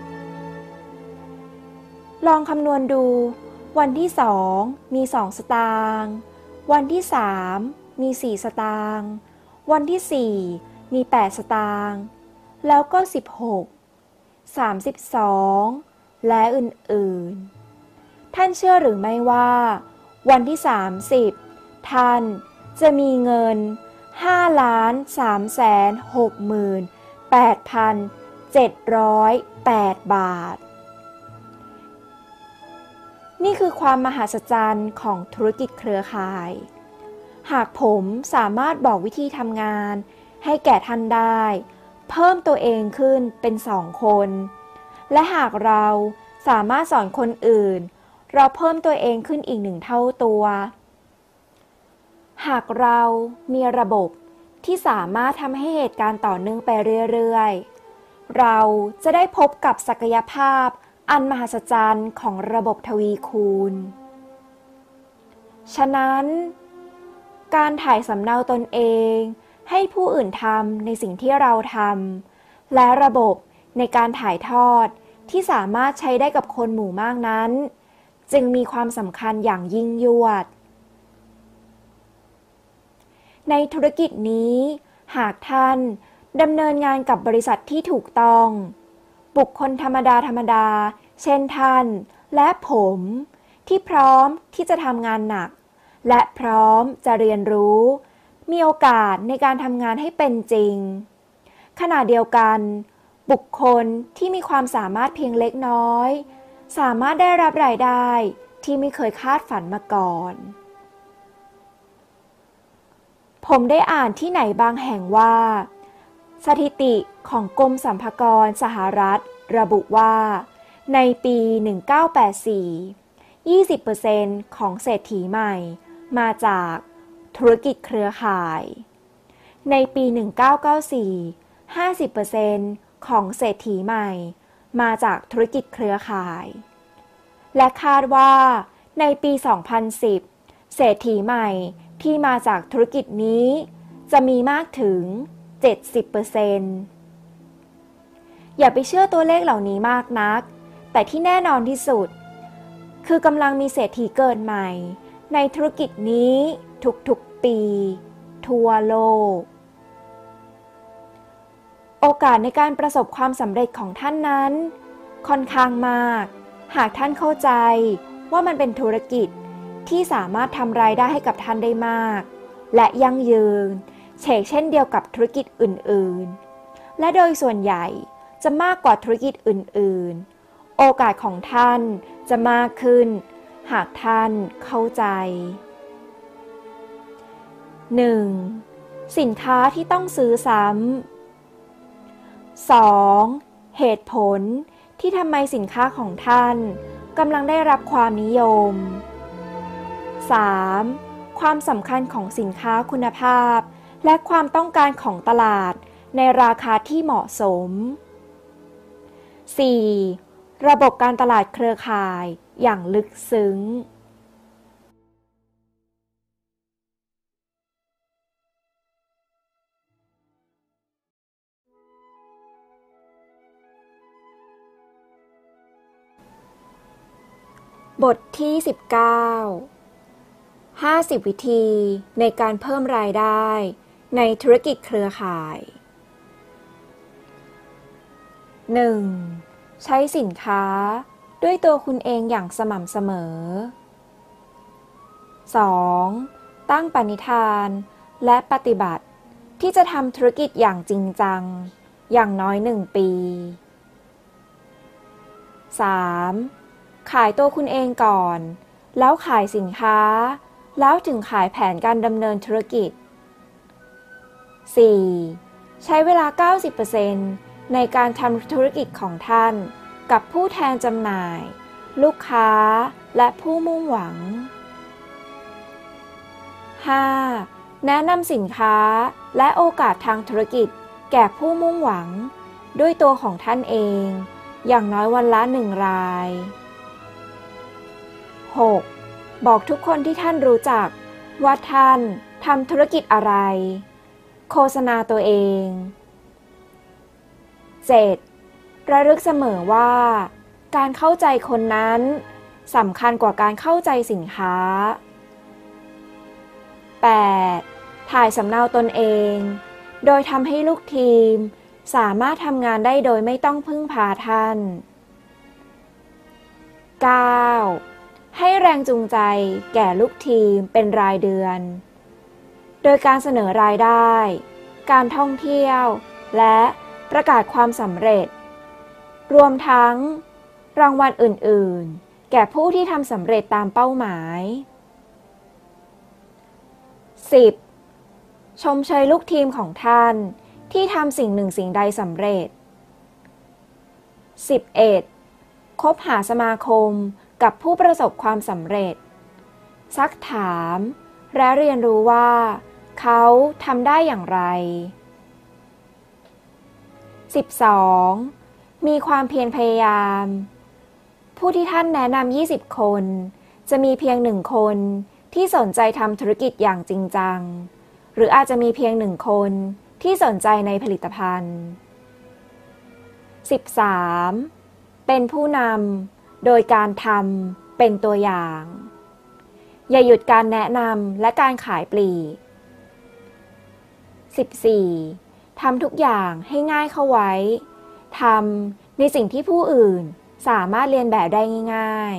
ลองคำนวณดูวันที่สองมีสองสตางค์วันที่สามมีสี่สตางค์วันที่สี่มีแปดสตางค์แล้วก็สิบหก สามสิบสองและอื่นๆท่านเชื่อหรือไม่ว่าวันที่สามสิบท่านจะมีเงิน ห้าล้านสามแสนหกหมื่นแปดพันเจ็ดร้อยแปด บาทนี่คือความมหัศจรรย์ของธุรกิจเครือข่ายหากผมสามารถบอกวิธีทำงานให้แก่ท่านได้เพิ่มตัวเองขึ้นเป็นสองคนและหากเราสามารถสอนคนอื่นเราเพิ่มตัวเองขึ้นอีกหนึ่งเท่าตัวหากเรามีระบบที่สามารถทำให้เหตุการณ์ต่อเนื่องไปเรื่อยๆเราจะได้พบกับศักยภาพอันมหัศจรรย์ของระบบทวีคูณฉะนั้นการถ่ายสำเนาตนเองให้ผู้อื่นทำในสิ่งที่เราทำและระบบในการถ่ายทอดที่สามารถใช้ได้กับคนหมู่มากนั้นจึงมีความสำคัญอย่างยิ่งยวดในธุรกิจนี้หากท่านดำเนินงานกับบริษัทที่ถูกต้องบุคคลธรรมดาธรรมดาเช่นท่านและผมที่พร้อมที่จะทำงานหนักและพร้อมจะเรียนรู้มีโอกาสในการทำงานให้เป็นจริงขณะเดียวกันบุคคลที่มีความสามารถเพียงเล็กน้อยสามารถได้รับรายได้ที่ไม่เคยคาดฝันมาก่อนผมได้อ่านที่ไหนบางแห่งว่าสถิติของกรมสรรพากรสหรัฐระบุว่าในปีหนึ่งพันเก้าร้อยแปดสิบสี่ ยี่สิบเปอร์เซ็นต์ ของเศรษฐีใหม่มาจากธุรกิจเครือข่ายในปีหนึ่งพันเก้าร้อยเก้าสิบสี่ ห้าสิบเปอร์เซ็นต์ ของเศรษฐีใหม่มาจากธุรกิจเครือข่ายและคาดว่าในปีสองพันสิบเศรษฐีใหม่ที่มาจากธุรกิจนี้จะมีมากถึง เจ็ดสิบเปอร์เซ็นต์ อย่าไปเชื่อตัวเลขเหล่านี้มากนักแต่ที่แน่นอนที่สุดคือกำลังมีเศรษฐีเกิดใหม่ในธุรกิจนี้ทุกๆปีทั่วโลกโอกาสในการประสบความสำเร็จของท่านนั้นค่อนข้างมากหากท่านเข้าใจว่ามันเป็นธุรกิจที่สามารถทำรายได้ให้กับท่านได้มากและยั่งยืนเช่นเช่นเดียวกับธุรกิจอื่นๆและโดยส่วนใหญ่จะมากกว่าธุรกิจอื่นๆโอกาสของท่านจะมากขึ้นหากท่านเข้าใจ หนึ่ง. สินค้าที่ต้องซื้อซ้ำ สอง. เหตุผลที่ทำไมสินค้าของท่านกำลังได้รับความนิยม สาม. ความสำคัญของสินค้าคุณภาพและความต้องการของตลาดในราคาที่เหมาะสม สี่. ระบบการตลาดเครือข่ายอย่างลึกซึ้งบทที่สิบเก้า ห้าสิบวิธีในการเพิ่มรายได้ในธุรกิจเครือข่าย หนึ่ง. ใช้สินค้าด้วยตัวคุณเองอย่างสม่ำเสมอ สอง. ตั้งปณิธานและปฏิบัติที่จะทำธุรกิจอย่างจริงจังอย่างน้อยหนึ่งปี สาม. ขายตัวคุณเองก่อนแล้วขายสินค้าแล้วถึงขายแผนการดำเนินธุรกิจ สี่. ใช้เวลา เก้าสิบเปอร์เซ็นต์ ในการทำธุรกิจของท่านกับผู้แทนจำหน่าย ลูกค้าและผู้มุ่งหวัง ห้า. แนะนำสินค้าและโอกาสทางธุรกิจแก่ผู้มุ่งหวังด้วยตัวของท่านเองอย่างน้อยวันละหนึ่งราย หก. บอกทุกคนที่ท่านรู้จักว่าท่านทำธุรกิจอะไรโฆษณาตัวเอง เจ็ด. ระลึกเสมอว่าการเข้าใจคนนั้นสำคัญกว่าการเข้าใจสินค้า แปด. ถ่ายสำเนาตนเองโดยทำให้ลูกทีมสามารถทำงานได้โดยไม่ต้องพึ่งพาท่าน เก้า. ให้แรงจูงใจแก่ลูกทีมเป็นรายเดือนโดยการเสนอรายได้การท่องเที่ยวและประกาศความสำเร็จรวมทั้งรางวัลอื่นๆแก่ผู้ที่ทำสำเร็จตามเป้าหมาย สิบ. ชมเชยลูกทีมของท่านที่ทำสิ่งหนึ่งสิ่งใดสำเร็จ สิบเอ็ด. คบหาสมาคมกับผู้ประสบความสำเร็จซักถามและเรียนรู้ว่าเขาทำได้อย่างไร สิบสอง. มีความเพียรพยายามผู้ที่ท่านแนะนำยี่สิบคนจะมีเพียงหนึ่งคนที่สนใจทำธุรกิจอย่างจริงจังหรืออาจจะมีเพียงหนึ่งคนที่สนใจในผลิตภัณฑ์ สิบสาม. เป็นผู้นำโดยการทำเป็นตัวอย่างอย่าหยุดการแนะนำและการขายปลีก สิบสี่. ทำทุกอย่างให้ง่ายเข้าไว้ทำในสิ่งที่ผู้อื่นสามารถเรียนแบบได้ง่าย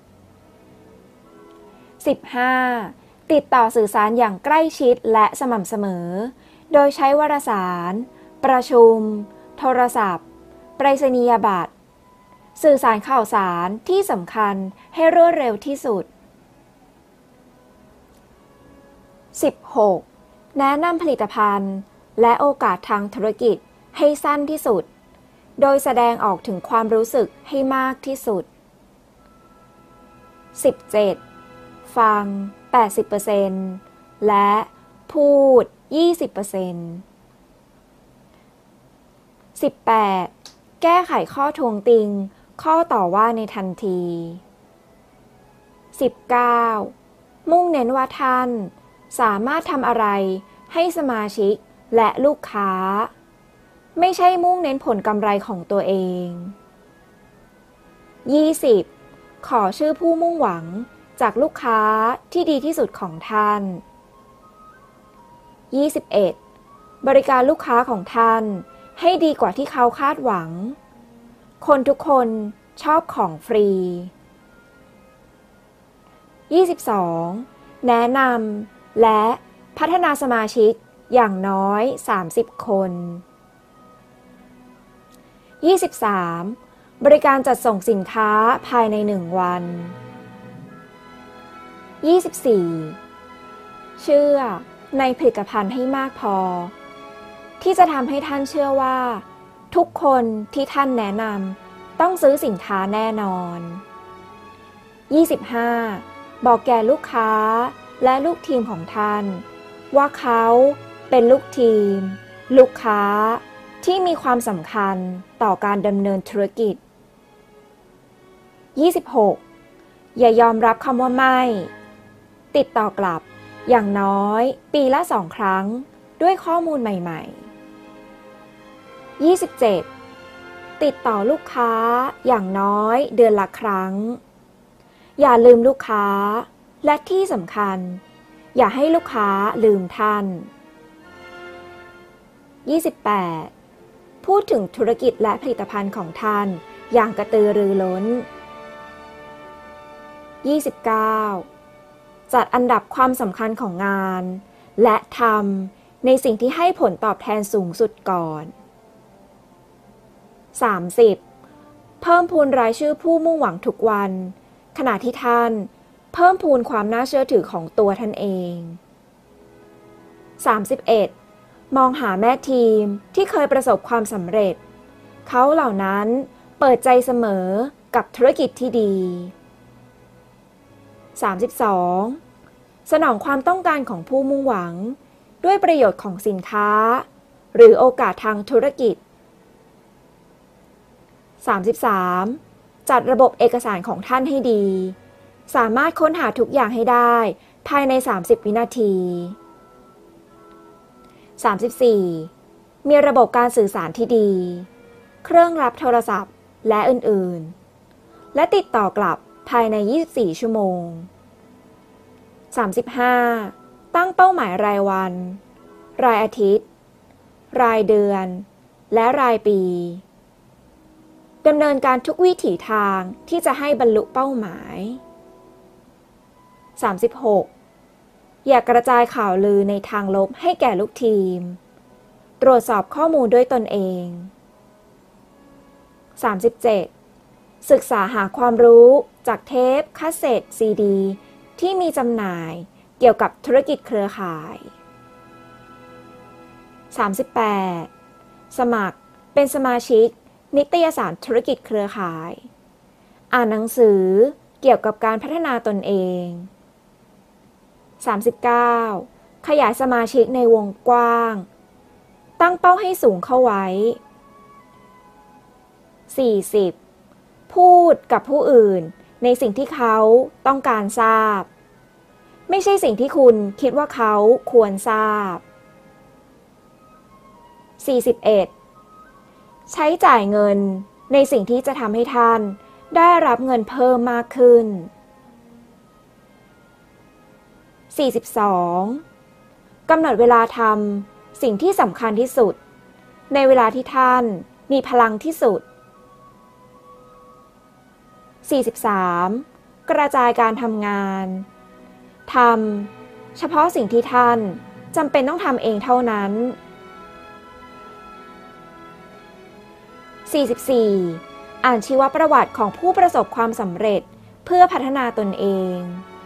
ๆ สิบห้า. ติดต่อสื่อสารอย่างใกล้ชิดและสม่ำเสมอโดยใช้วารสารประชุมโทรศัพท์ไปรษณียบัตรสื่อสารข่าวสารที่สำคัญให้รวดเร็วที่สุด สิบหก. แนะนำผลิตภัณฑ์และโอกาสทางธุรกิจให้สั้นที่สุดโดยแสดงออกถึงความรู้สึกให้มากที่สุด สิบเจ็ด. ฟัง แปดสิบเปอร์เซ็นต์ และพูด ยี่สิบเปอร์เซ็นต์ สิบแปด. แก้ไขข้อทวงติงข้อต่อว่าในทันที สิบเก้า. มุ่งเน้นว่าท่านสามารถทำอะไรให้สมาชิกและลูกค้าไม่ใช่มุ่งเน้นผลกำไรของตัวเอง ยี่สิบ. ขอชื่อผู้มุ่งหวังจากลูกค้าที่ดีที่สุดของท่าน ยี่สิบเอ็ด. บริการลูกค้าของท่านให้ดีกว่าที่เขาคาดหวังคนทุกคนชอบของฟรี ยี่สิบสอง. แนะนำและพัฒนาสมาชิกอย่างน้อยสามสิบคน ยี่สิบสาม. บริการจัดส่งสินค้าภายในหนึ่งวัน ยี่สิบสี่. เชื่อในผลิตภัณฑ์ให้มากพอที่จะทำให้ท่านเชื่อว่าทุกคนที่ท่านแนะนำต้องซื้อสินค้าแน่นอน ยี่สิบห้า. บอกแก่ลูกค้าและลูกทีมของท่านว่าเขาเป็นลูกทีมลูกค้าที่มีความสำคัญต่อการดำเนินธุรกิจ ยี่สิบหก. อย่ายอมรับคำว่าไม่ติดต่อกลับอย่างน้อยปีละสองครั้งด้วยข้อมูลใหม่ๆ ยี่สิบเจ็ด. ติดต่อลูกค้าอย่างน้อยเดือนละครั้งอย่าลืมลูกค้าและที่สำคัญอย่าให้ลูกค้าลืมท่านยี่สิบแปดพูดถึงธุรกิจและผลิตภัณฑ์ของท่านอย่างกระตือรือร้นยี่สิบเก้าจัดอันดับความสำคัญของงานและทำในสิ่งที่ให้ผลตอบแทนสูงสุดก่อนสามสิบเพิ่มพูนรายชื่อผู้มุ่งหวังทุกวันขณะที่ท่านเพิ่มพูนความน่าเชื่อถือของตัวท่านเองสามสิบเอ็ดมองหาแม่ทีมที่เคยประสบความสำเร็จเขาเหล่านั้นเปิดใจเสมอกับธุรกิจที่ดีสามสิบสองสนองความต้องการของผู้มุ่งหวังด้วยประโยชน์ของสินค้าหรือโอกาสทางธุรกิจสามสิบสามจัดระบบเอกสารของท่านให้ดีสามารถค้นหาทุกอย่างให้ได้ภายในสามสิบวินาทีสามสิบสี่มีระบบการสื่อสารที่ดีเครื่องรับโทรศัพท์และอื่นๆและติดต่อกลับภายในยี่สิบสี่ชั่วโมงสามสิบห้าตั้งเป้าหมายรายวันรายอาทิตย์รายเดือนและรายปีดำเนินการทุกวิถีทางที่จะให้บรรลุเป้าหมายสามสิบหกอย่ากระจายข่าวลือในทางลบให้แก่ลูกทีมตรวจสอบข้อมูลด้วยตนเองสามสิบเจ็ดศึกษาหาความรู้จากเทปคาสเซ็ตซีดีที่มีจำหน่ายเกี่ยวกับธุรกิจเครือข่ายสามสิบแปดสมัครเป็นสมาชิกนิตยสารธุรกิจเครือข่ายอ่านหนังสือเกี่ยวกับการพัฒนาตนเองสามสิบเก้าขยายสมาชิกในวงกว้างตั้งเป้าให้สูงเข้าไว้สี่สิบพูดกับผู้อื่นในสิ่งที่เขาต้องการทราบไม่ใช่สิ่งที่คุณคิดว่าเขาควรทราบสี่สิบเอ็ดใช้จ่ายเงินในสิ่งที่จะทำให้ท่านได้รับเงินเพิ่มมากขึ้นสี่สิบสองกำหนดเวลาทำสิ่งที่สำคัญที่สุดในเวลาที่ท่านมีพลังที่สุดสี่สิบสามกระจายการทำงานทำเฉพาะสิ่งที่ท่านจำเป็นต้องทำเองเท่านั้นสี่สิบสี่อ่านชีวประวัติของผู้ประสบความสำเร็จเพื่อพัฒนาตนเอง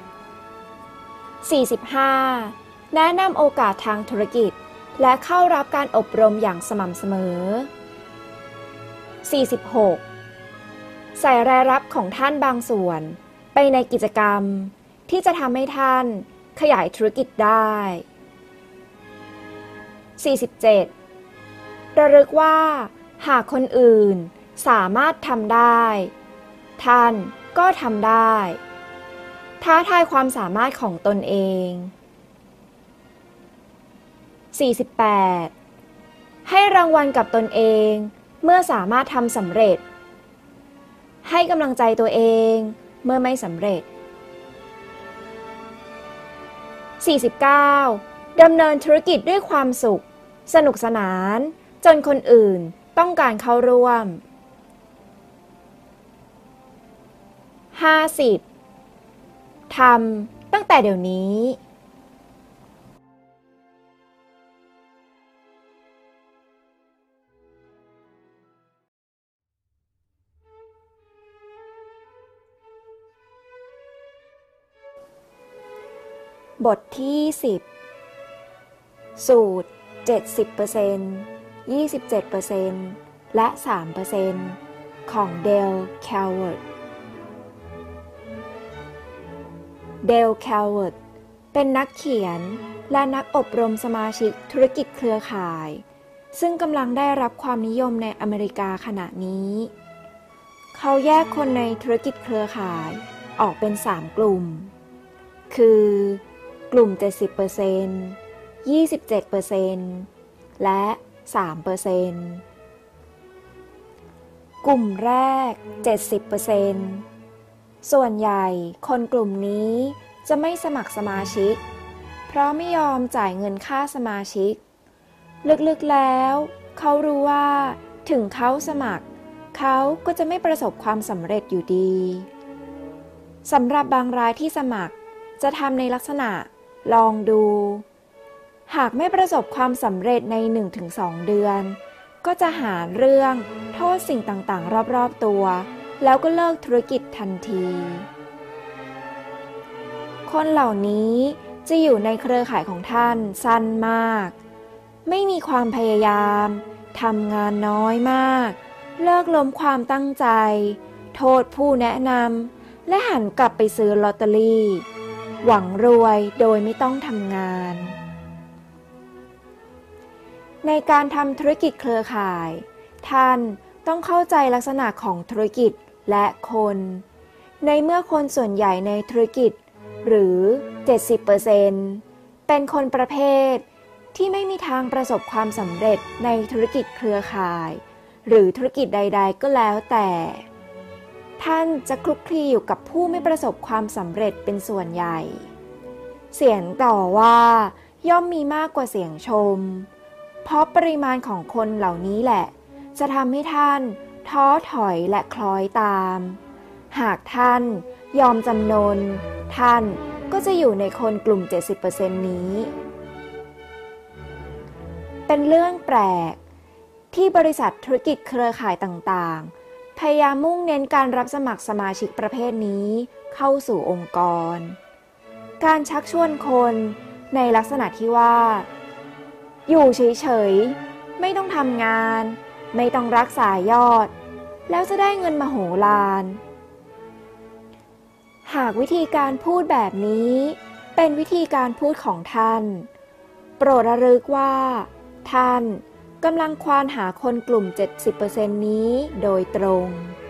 สี่สิบห้าแนะนำโอกาสทางธุรกิจและเข้ารับการอบรมอย่างสม่ำเสมอสี่สิบหกใส่รายรับของท่านบางส่วนไปในกิจกรรมที่จะทำให้ท่านขยายธุรกิจได้สี่สิบเจ็ดระลึกว่าหากคนอื่นสามารถทำได้ท่านก็ทำได้ท้าทายความสามารถของตนเองสี่สิบแปดให้รางวัลกับตนเองเมื่อสามารถทำสำเร็จให้กำลังใจตัวเองเมื่อไม่สำเร็จสี่สิบเก้าดำเนินธุรกิจด้วยความสุขสนุกสนานจนคนอื่นต้องการเข้าร่วมห้าสิบทำตั้งแต่เดี๋ยวนี้บทที่สิบสูตร เจ็ดสิบเปอร์เซ็นต์ ยี่สิบเจ็ดเปอร์เซ็นต์ และ สามเปอร์เซ็นต์ ของเดล แคลเวิร์ดเดล แคลเวิร์ดเป็นนักเขียนและนักอบรมสมาชิกธุรกิจเครือข่ายซึ่งกำลังได้รับความนิยมในอเมริกาขณะนี้เขาแยกคนในธุรกิจเครือข่ายออกเป็นสามกลุ่มคือกลุ่ม เจ็ดสิบเปอร์เซ็นต์ ยี่สิบเจ็ดเปอร์เซ็นต์ และ สามเปอร์เซ็นต์ กลุ่มแรก เจ็ดสิบเปอร์เซ็นต์ส่วนใหญ่คนกลุ่มนี้จะไม่สมัครสมาชิกเพราะไม่ยอมจ่ายเงินค่าสมาชิกลึกๆแล้วเขารู้ว่าถึงเขาสมัครเขาก็จะไม่ประสบความสำเร็จอยู่ดีสำหรับบางรายที่สมัครจะทำในลักษณะลองดูหากไม่ประสบความสำเร็จใน หนึ่งถึงสอง เดือนก็จะหาเรื่องโทษสิ่งต่างๆรอบๆตัวแล้วก็เลิกธุรกิจทันทีคนเหล่านี้จะอยู่ในเครือข่ายของท่านสั้นมากไม่มีความพยายามทำงานน้อยมากเลิกล้มความตั้งใจโทษผู้แนะนำและหันกลับไปซื้อลอตเตอรี่หวังรวยโดยไม่ต้องทำงานในการทำธุรกิจเครือข่ายท่านต้องเข้าใจลักษณะของธุรกิจและคนในเมื่อคนส่วนใหญ่ในธุรกิจหรือ เจ็ดสิบเปอร์เซ็นต์ เป็นคนประเภทที่ไม่มีทางประสบความสำเร็จในธุรกิจเครือข่ายหรือธุรกิจใดๆก็แล้วแต่ท่านจะคลุกคลีอยู่กับผู้ไม่ประสบความสำเร็จเป็นส่วนใหญ่เสียงต่อว่าย่อมมีมากกว่าเสียงชมเพราะปริมาณของคนเหล่านี้แหละจะทำให้ท่านท้อถอยและคล้อยตามหากท่านยอมจำนนท่านก็จะอยู่ในคนกลุ่ม เจ็ดสิบเปอร์เซ็นต์ นี้เป็นเรื่องแปลกที่บริษัทธุรกิจเครือข่ายต่างๆพยายามมุ่งเน้นการรับสมัครสมาชิกประเภทนี้เข้าสู่องค์กรการชักชวนคนในลักษณะที่ว่าอยู่เฉยๆไม่ต้องทำงานไม่ต้องรักษายอดแล้วจะได้เงินมโหฬารหากวิธีการพูดแบบนี้เป็นวิธีการพูดของท่านโปรดระลึกว่าท่านกำลังควานหาคนกลุ่ม เจ็ดสิบเปอร์เซ็นต์ นี้โดยตรง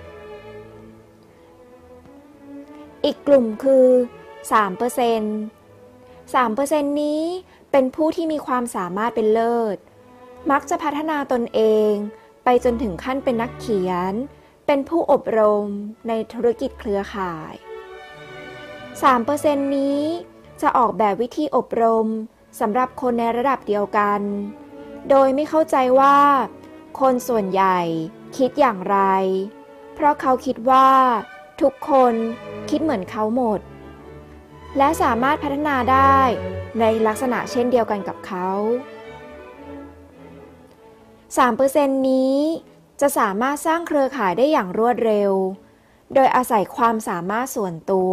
อีกกลุ่มคือ สามเปอร์เซ็นต์ สามเปอร์เซ็นต์ นี้เป็นผู้ที่มีความสามารถเป็นเลิศมักจะพัฒนาตนเองไปจนถึงขั้นเป็นนักเขียนเป็นผู้อบรมในธุรกิจเครือข่าย สามเปอร์เซ็นต์ นี้จะออกแบบวิธีอบรมสำหรับคนในระดับเดียวกันโดยไม่เข้าใจว่าคนส่วนใหญ่คิดอย่างไรเพราะเขาคิดว่าทุกคนคิดเหมือนเขาหมดและสามารถพัฒนาได้ในลักษณะเช่นเดียวกันกับเขา สามเปอร์เซ็นต์ นี้จะสามารถสร้างเครือข่ายได้อย่างรวดเร็วโดยอาศัยความสามารถส่วนตัว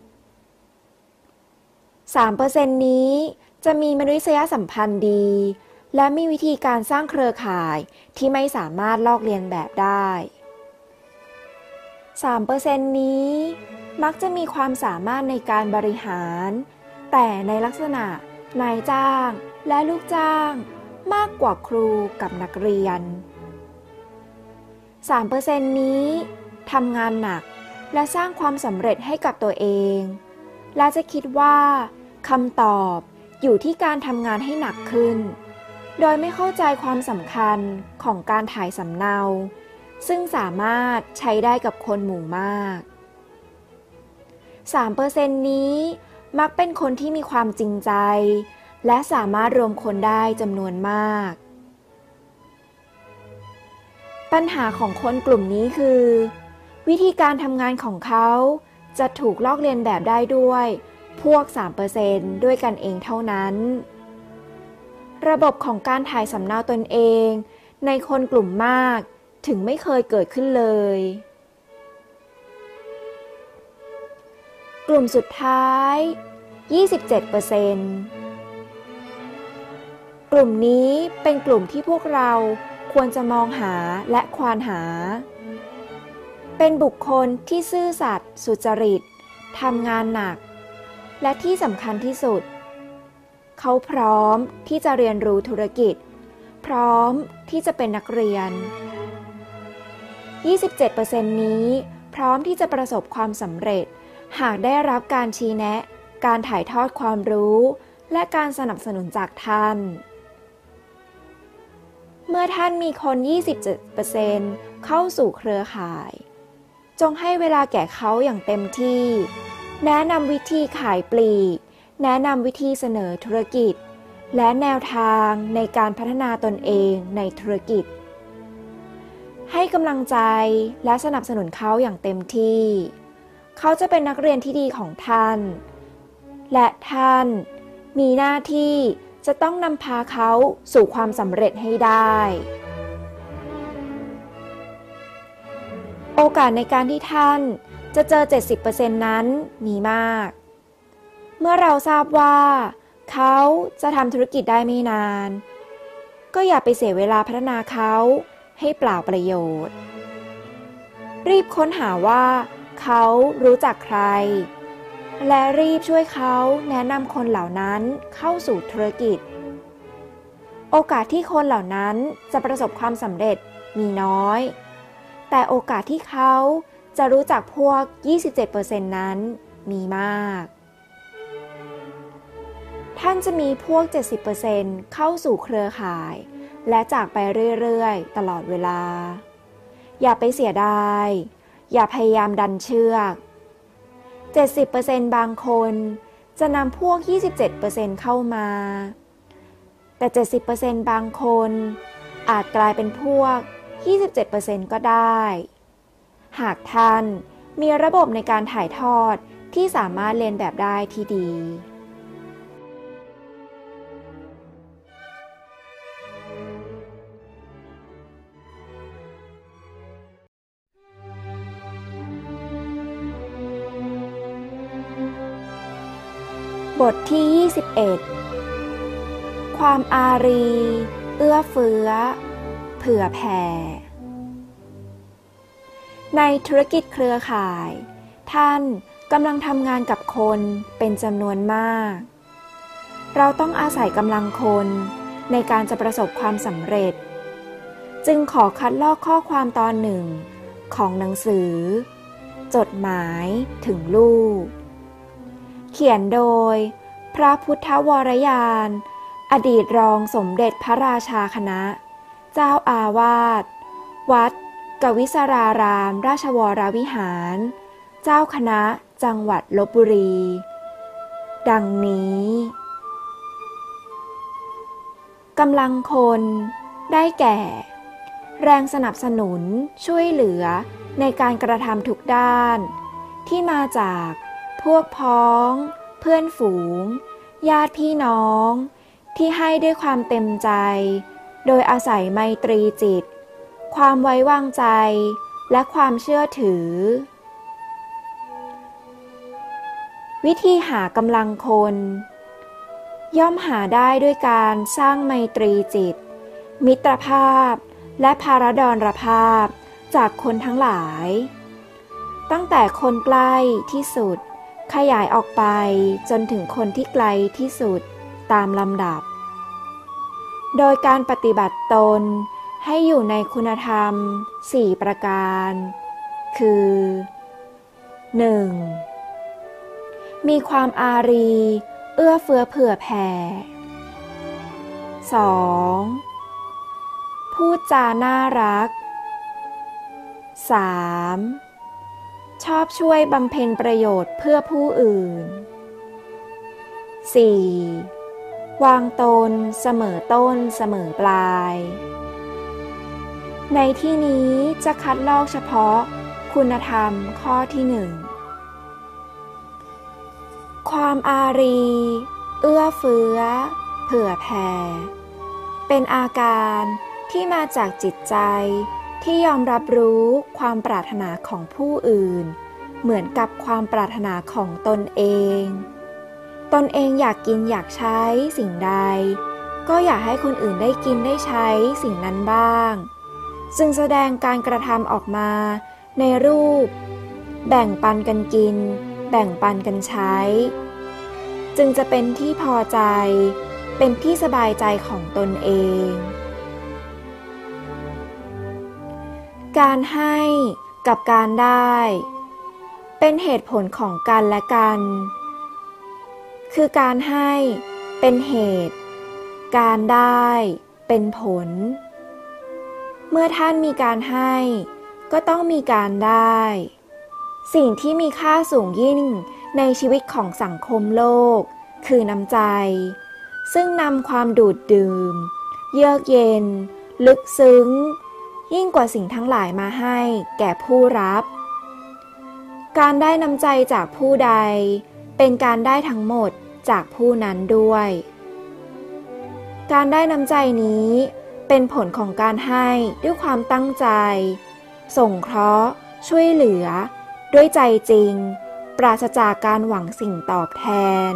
สามเปอร์เซ็นต์ นี้จะมีมนุษยสัมพันธ์ดีและมีวิธีการสร้างเครือข่ายที่ไม่สามารถลอกเลียนแบบได้ สามเปอร์เซ็นต์ นี้มักจะมีความสามารถในการบริหารแต่ในลักษณะนายจ้างและลูกจ้างมากกว่าครูกับนักเรียน สามเปอร์เซ็นต์ นี้ทำงานหนักและสร้างความสำเร็จให้กับตัวเองและจะคิดว่าคำตอบอยู่ที่การทำงานให้หนักขึ้นโดยไม่เข้าใจความสำคัญของการถ่ายสำเนาซึ่งสามารถใช้ได้กับคนหมู่มาก สามเปอร์เซ็นต์ นี้มักเป็นคนที่มีความจริงใจและสามารถรวมคนได้จำนวนมากปัญหาของคนกลุ่มนี้คือวิธีการทำงานของเขาจะถูกลอกเลียนแบบได้ด้วยพวก สามเปอร์เซ็นต์ ด้วยกันเองเท่านั้นระบบของการถ่ายสำเนาตนเองในคนกลุ่มมากถึงไม่เคยเกิดขึ้นเลยกลุ่มสุดท้าย ยี่สิบเจ็ดเปอร์เซ็นต์ กลุ่มนี้เป็นกลุ่มที่พวกเราควรจะมองหาและควานหาเป็นบุคคลที่ซื่อสัตย์สุจริตทำงานหนักและที่สำคัญที่สุดเขาพร้อมที่จะเรียนรู้ธุรกิจพร้อมที่จะเป็นนักเรียน ยี่สิบเจ็ดเปอร์เซ็นต์ นี้พร้อมที่จะประสบความสำเร็จหากได้รับการชี้แนะการถ่ายทอดความรู้และการสนับสนุนจากท่านเมื่อท่านมีคน ยี่สิบเจ็ดเปอร์เซ็นต์ เข้าสู่เครือข่ายจงให้เวลาแก่เขาอย่างเต็มที่ แนะนำวิธีขายปลีก แนะนำวิธีเสนอธุรกิจ และแนวทางในการพัฒนาตนเองในธุรกิจ ให้กำลังใจและสนับสนุนเขาอย่างเต็มที่ เขาจะเป็นนักเรียนที่ดีของท่าน และท่านมีหน้าที่จะต้องนำพาเขาสู่ความสำเร็จให้ได้ โอกาสในการที่ท่านจะเจอ เจ็ดสิบเปอร์เซ็นต์ นั้นมีมาก เมื่อเราทราบว่าเขาจะทำธุรกิจได้ไม่นานก็อย่าไปเสียเวลาพัฒนาเขาให้เปล่าประโยชน์ รีบค้นหาว่าเขารู้จักใครและรีบช่วยเขาแนะนำคนเหล่านั้นเข้าสู่ธุรกิจ โอกาสที่คนเหล่านั้นจะประสบความสำเร็จมีน้อยแต่โอกาสที่เขาจะรู้จักพวก ยี่สิบเจ็ดเปอร์เซ็นต์ นั้นมีมากท่านจะมีพวก เจ็ดสิบเปอร์เซ็นต์ เข้าสู่เครือข่ายและจากไปเรื่อยๆตลอดเวลาอย่าไปเสียดายอย่าพยายามดันเชือก เจ็ดสิบเปอร์เซ็นต์ บางคนจะนำพวก ยี่สิบเจ็ดเปอร์เซ็นต์ เข้ามาแต่ เจ็ดสิบเปอร์เซ็นต์ บางคนอาจกลายเป็นพวก ยี่สิบเจ็ดเปอร์เซ็นต์ ก็ได้หากท่านมีระบบในการถ่ายทอดที่สามารถเรียนแบบได้ที่ดีบทที่ ยี่สิบเอ็ด ความอารี เอื้อเฟื้อ เผื่อแผ่ ในธุรกิจเครือข่ายท่านกำลังทำงานกับคนเป็นจำนวนมากเราต้องอาศัยกำลังคนในการจะประสบความสำเร็จจึงขอคัดลอกข้อความตอนหนึ่งของหนังสือจดหมายถึงลูกเขียนโดยพระพุทธวรยานอดีตรองสมเด็จพระราชาคณะเจ้าอาวาสวัดกวิศรารามราชวรวิหารเจ้าคณะจังหวัดลพบุรีดังนี้กำลังคนได้แก่ แรงสนับสนุนช่วยเหลือในการกระทำทุกด้านที่มาจากพวกพ้องเพื่อนฝูงญาติพี่น้องที่ให้ด้วยความเต็มใจโดยอาศัยไมตรีจิตความไว้วางใจและความเชื่อถือวิธีหากำลังคนย่อมหาได้ด้วยการสร้างไมตรีจิตมิตรภาพและภารดรภาพจากคนทั้งหลายตั้งแต่คนใกล้ที่สุดขยายออกไปจนถึงคนที่ไกลที่สุดตามลำดับโดยการปฏิบัติตนให้อยู่ในคุณธรรมสี่ประการคือ หนึ่ง มีความอารีเอื้อเฟื้อเผื่อแผ่ สอง พูดจาน่ารัก สาม ชอบช่วยบำเพ็ญประโยชน์เพื่อผู้อื่น สี่ วางตนเสมอต้นเสมอปลายในที่นี้จะคัดลอกเฉพาะคุณธรรมข้อที่หนึ่งความอารีเอื้อเฟื้อเผื่อแผ่เป็นอาการที่มาจากจิตใจที่ยอมรับรู้ความปรารถนาของผู้อื่นเหมือนกับความปรารถนาของตนเองตนเองอยากกินอยากใช้สิ่งใดก็อยากให้คนอื่นได้กินได้ใช้สิ่งนั้นบ้างซึ่งแสดงการกระทำออกมาในรูปแบ่งปันกันกินแบ่งปันกันใช้จึงจะเป็นที่พอใจเป็นที่สบายใจของตนเองการให้กับการได้เป็นเหตุผลของกันและกันคือการให้เป็นเหตุการได้เป็นผลเมื่อท่านมีการให้ก็ต้องมีการได้สิ่งที่มีค่าสูงยิ่งในชีวิตของสังคมโลกคือน้ำใจซึ่งนำความดูดดื่มเยือกเย็นลึกซึ้งยิ่งกว่าสิ่งทั้งหลายมาให้แก่ผู้รับการได้น้ำใจจากผู้ใดเป็นการได้ทั้งหมดจากผู้นั้นด้วยการได้น้ำใจนี้เป็นผลของการให้ด้วยความตั้งใจส่งเคราะห์ช่วยเหลือด้วยใจจริงปราศจากการหวังสิ่งตอบแทน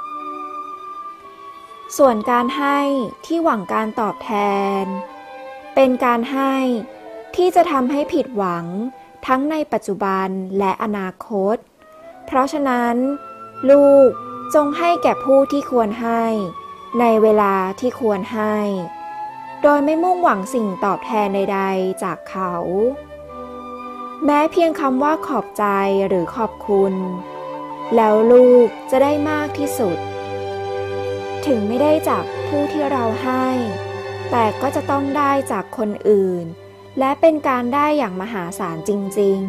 ส่วนการให้ที่หวังการตอบแทนเป็นการให้ที่จะทำให้ผิดหวังทั้งในปัจจุบันและอนาคตเพราะฉะนั้นลูกจงให้แก่ผู้ที่ควรให้ในเวลาที่ควรให้โดยไม่มุ่งหวังสิ่งตอบแทนใดๆจากเขาแม้เพียงคำว่าขอบใจหรือขอบคุณแล้วลูกจะได้มากที่สุดถึงไม่ได้จากผู้ที่เราให้แต่ก็จะต้องได้จากคนอื่นและเป็นการได้อย่างมหาศาลจริง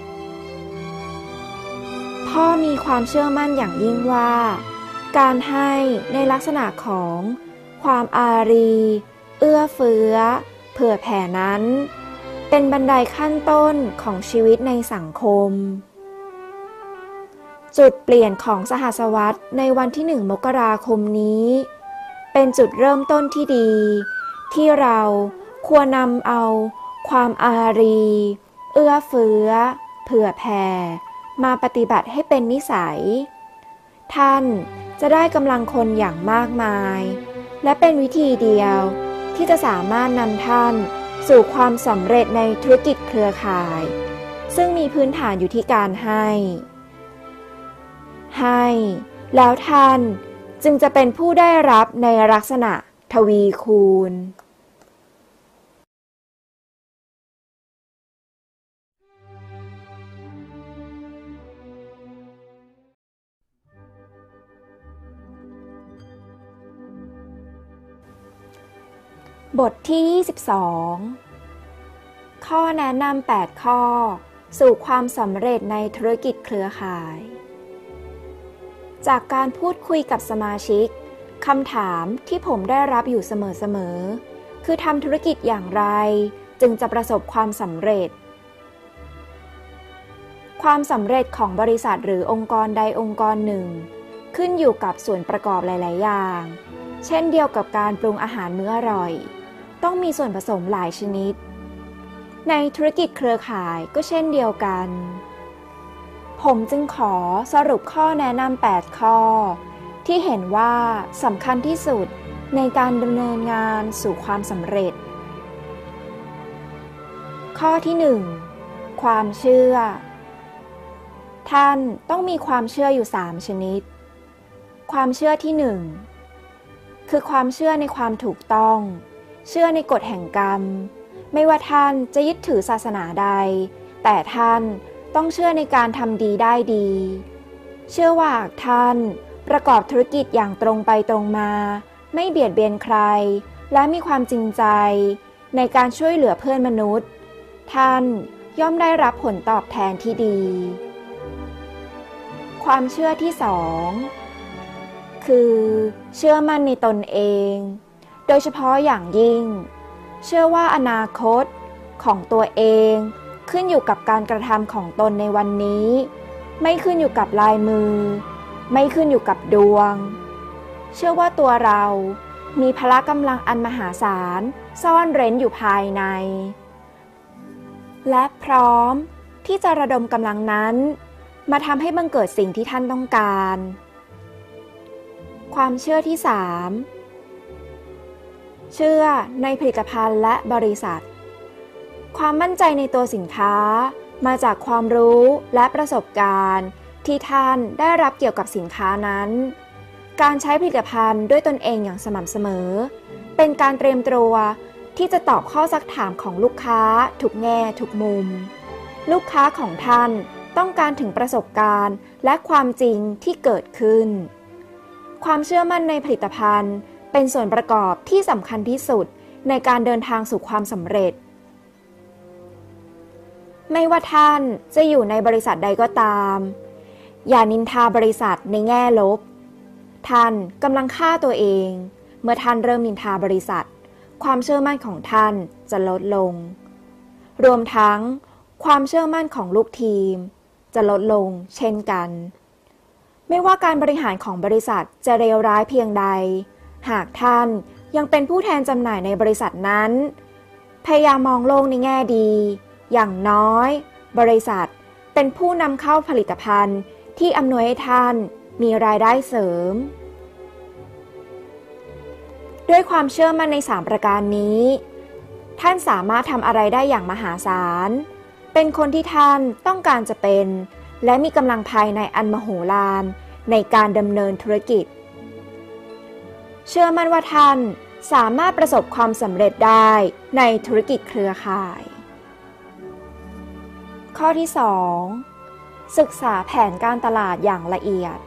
ๆพ่อมีความเชื่อมั่นอย่างยิ่งว่าการให้ในลักษณะของความอารีเอื้อเฟื้อเผื่อแผ่นั้นเป็นบันไดขั้นต้นของชีวิตในสังคมจุดเปลี่ยนของสหัสวรรษในวันที่หนึ่งมกราคมนี้เป็นจุดเริ่มต้นที่ดีที่เราควรนำเอาความอารีเอื้อเฟื้อเผื่อแผ่มาปฏิบัติให้เป็นนิสัยท่านจะได้กำลังคนอย่างมากมายและเป็นวิธีเดียวที่จะสามารถนำท่านสู่ความสำเร็จในธุรกิจเครือข่ายซึ่งมีพื้นฐานอยู่ที่การให้ให้แล้วท่านจึงจะเป็นผู้ได้รับในลักษณะทวีคูณบทที่ยี่สิบสองข้อแนะนำแปดข้อสู่ความสำเร็จในธุรกิจเครือข่ายจากการพูดคุยกับสมาชิกคำถามที่ผมได้รับอยู่เสมอๆคือทำธุรกิจอย่างไรจึงจะประสบความสำเร็จความสำเร็จของบริษัทหรือองค์กรใดองค์กรหนึ่งขึ้นอยู่กับส่วนประกอบหลายๆอย่างเช่นเดียวกับการปรุงอาหารมื้ออร่อยต้องมีส่วนผสมหลายชนิดในธุรกิจเครือข่ายก็เช่นเดียวกันผมจึงขอสรุปข้อแนะนำแปดข้อที่เห็นว่าสำคัญที่สุดในการดำเนินงานสู่ความสำเร็จข้อที่หนึ่งความเชื่อท่านต้องมีความเชื่ออยู่สามชนิดความเชื่อที่หนึ่งคือความเชื่อในความถูกต้องเชื่อในกฎแห่งกรรมไม่ว่าท่านจะยึดถือศาสนาใดแต่ท่านต้องเชื่อในการทำดีได้ดีเชื่อว่าท่านประกอบธุรกิจอย่างตรงไปตรงมาไม่เบียดเบียนใครและมีความจริงใจในการช่วยเหลือเพื่อนมนุษย์ท่านย่อมได้รับผลตอบแทนที่ดีความเชื่อที่สองคือเชื่อมั่นในตนเองโดยเฉพาะอย่างยิ่งเชื่อว่าอนาคตของตัวเองขึ้นอยู่กับการกระทำของตนในวันนี้ไม่ขึ้นอยู่กับลายมือไม่ขึ้นอยู่กับดวงเชื่อว่าตัวเรามีพละกำลังอันมหาศาลซ่อนเร้นอยู่ภายในและพร้อมที่จะระดมกำลังนั้นมาทำให้บังเกิดสิ่งที่ท่านต้องการความเชื่อที่สามเชื่อในผลิตภัณฑ์และบริษัทความมั่นใจในตัวสินค้ามาจากความรู้และประสบการณ์ที่ท่านได้รับเกี่ยวกับสินค้านั้นการใช้ผลิตภัณฑ์ด้วยตนเองอย่างสม่ำเสมอเป็นการเตรียมตัวที่จะตอบข้อซักถามของลูกค้าทุกแง่ทุกมุมลูกค้าของท่านต้องการถึงประสบการณ์และความจริงที่เกิดขึ้นความเชื่อมั่นในผลิตภัณฑ์เป็นส่วนประกอบที่สำคัญที่สุดในการเดินทางสู่ความสำเร็จไม่ว่าท่านจะอยู่ในบริษัทใดก็ตามอย่านินทาบริษัทในแง่ลบท่านกำลังฆ่าตัวเองเมื่อท่านเริ่มนินทาบริษัทความเชื่อมั่นของท่านจะลดลงรวมทั้งความเชื่อมั่นของลูกทีมจะลดลงเช่นกันไม่ว่าการบริหารของบริษัทจะเลวร้ายเพียงใดหากท่านยังเป็นผู้แทนจำหน่ายในบริษัทนั้นพยายามมองโลกในแง่ดีอย่างน้อยบริษัทเป็นผู้นำเข้าผลิตภัณฑ์ที่อำนวยให้ท่านมีรายได้เสริมด้วยความเชื่อมั่นในสามประการนี้ท่านสามารถทำอะไรได้อย่างมหาศาลเป็นคนที่ท่านต้องการจะเป็นและมีกำลังภายในอันมโหฬารในการดำเนินธุรกิจเชื่อมั่นว่าท่านสามารถประสบความสำเร็จได้ในธุรกิจเครือข่ายข้อที่สองศึกษาแผนการตลาดอย่างละเอียด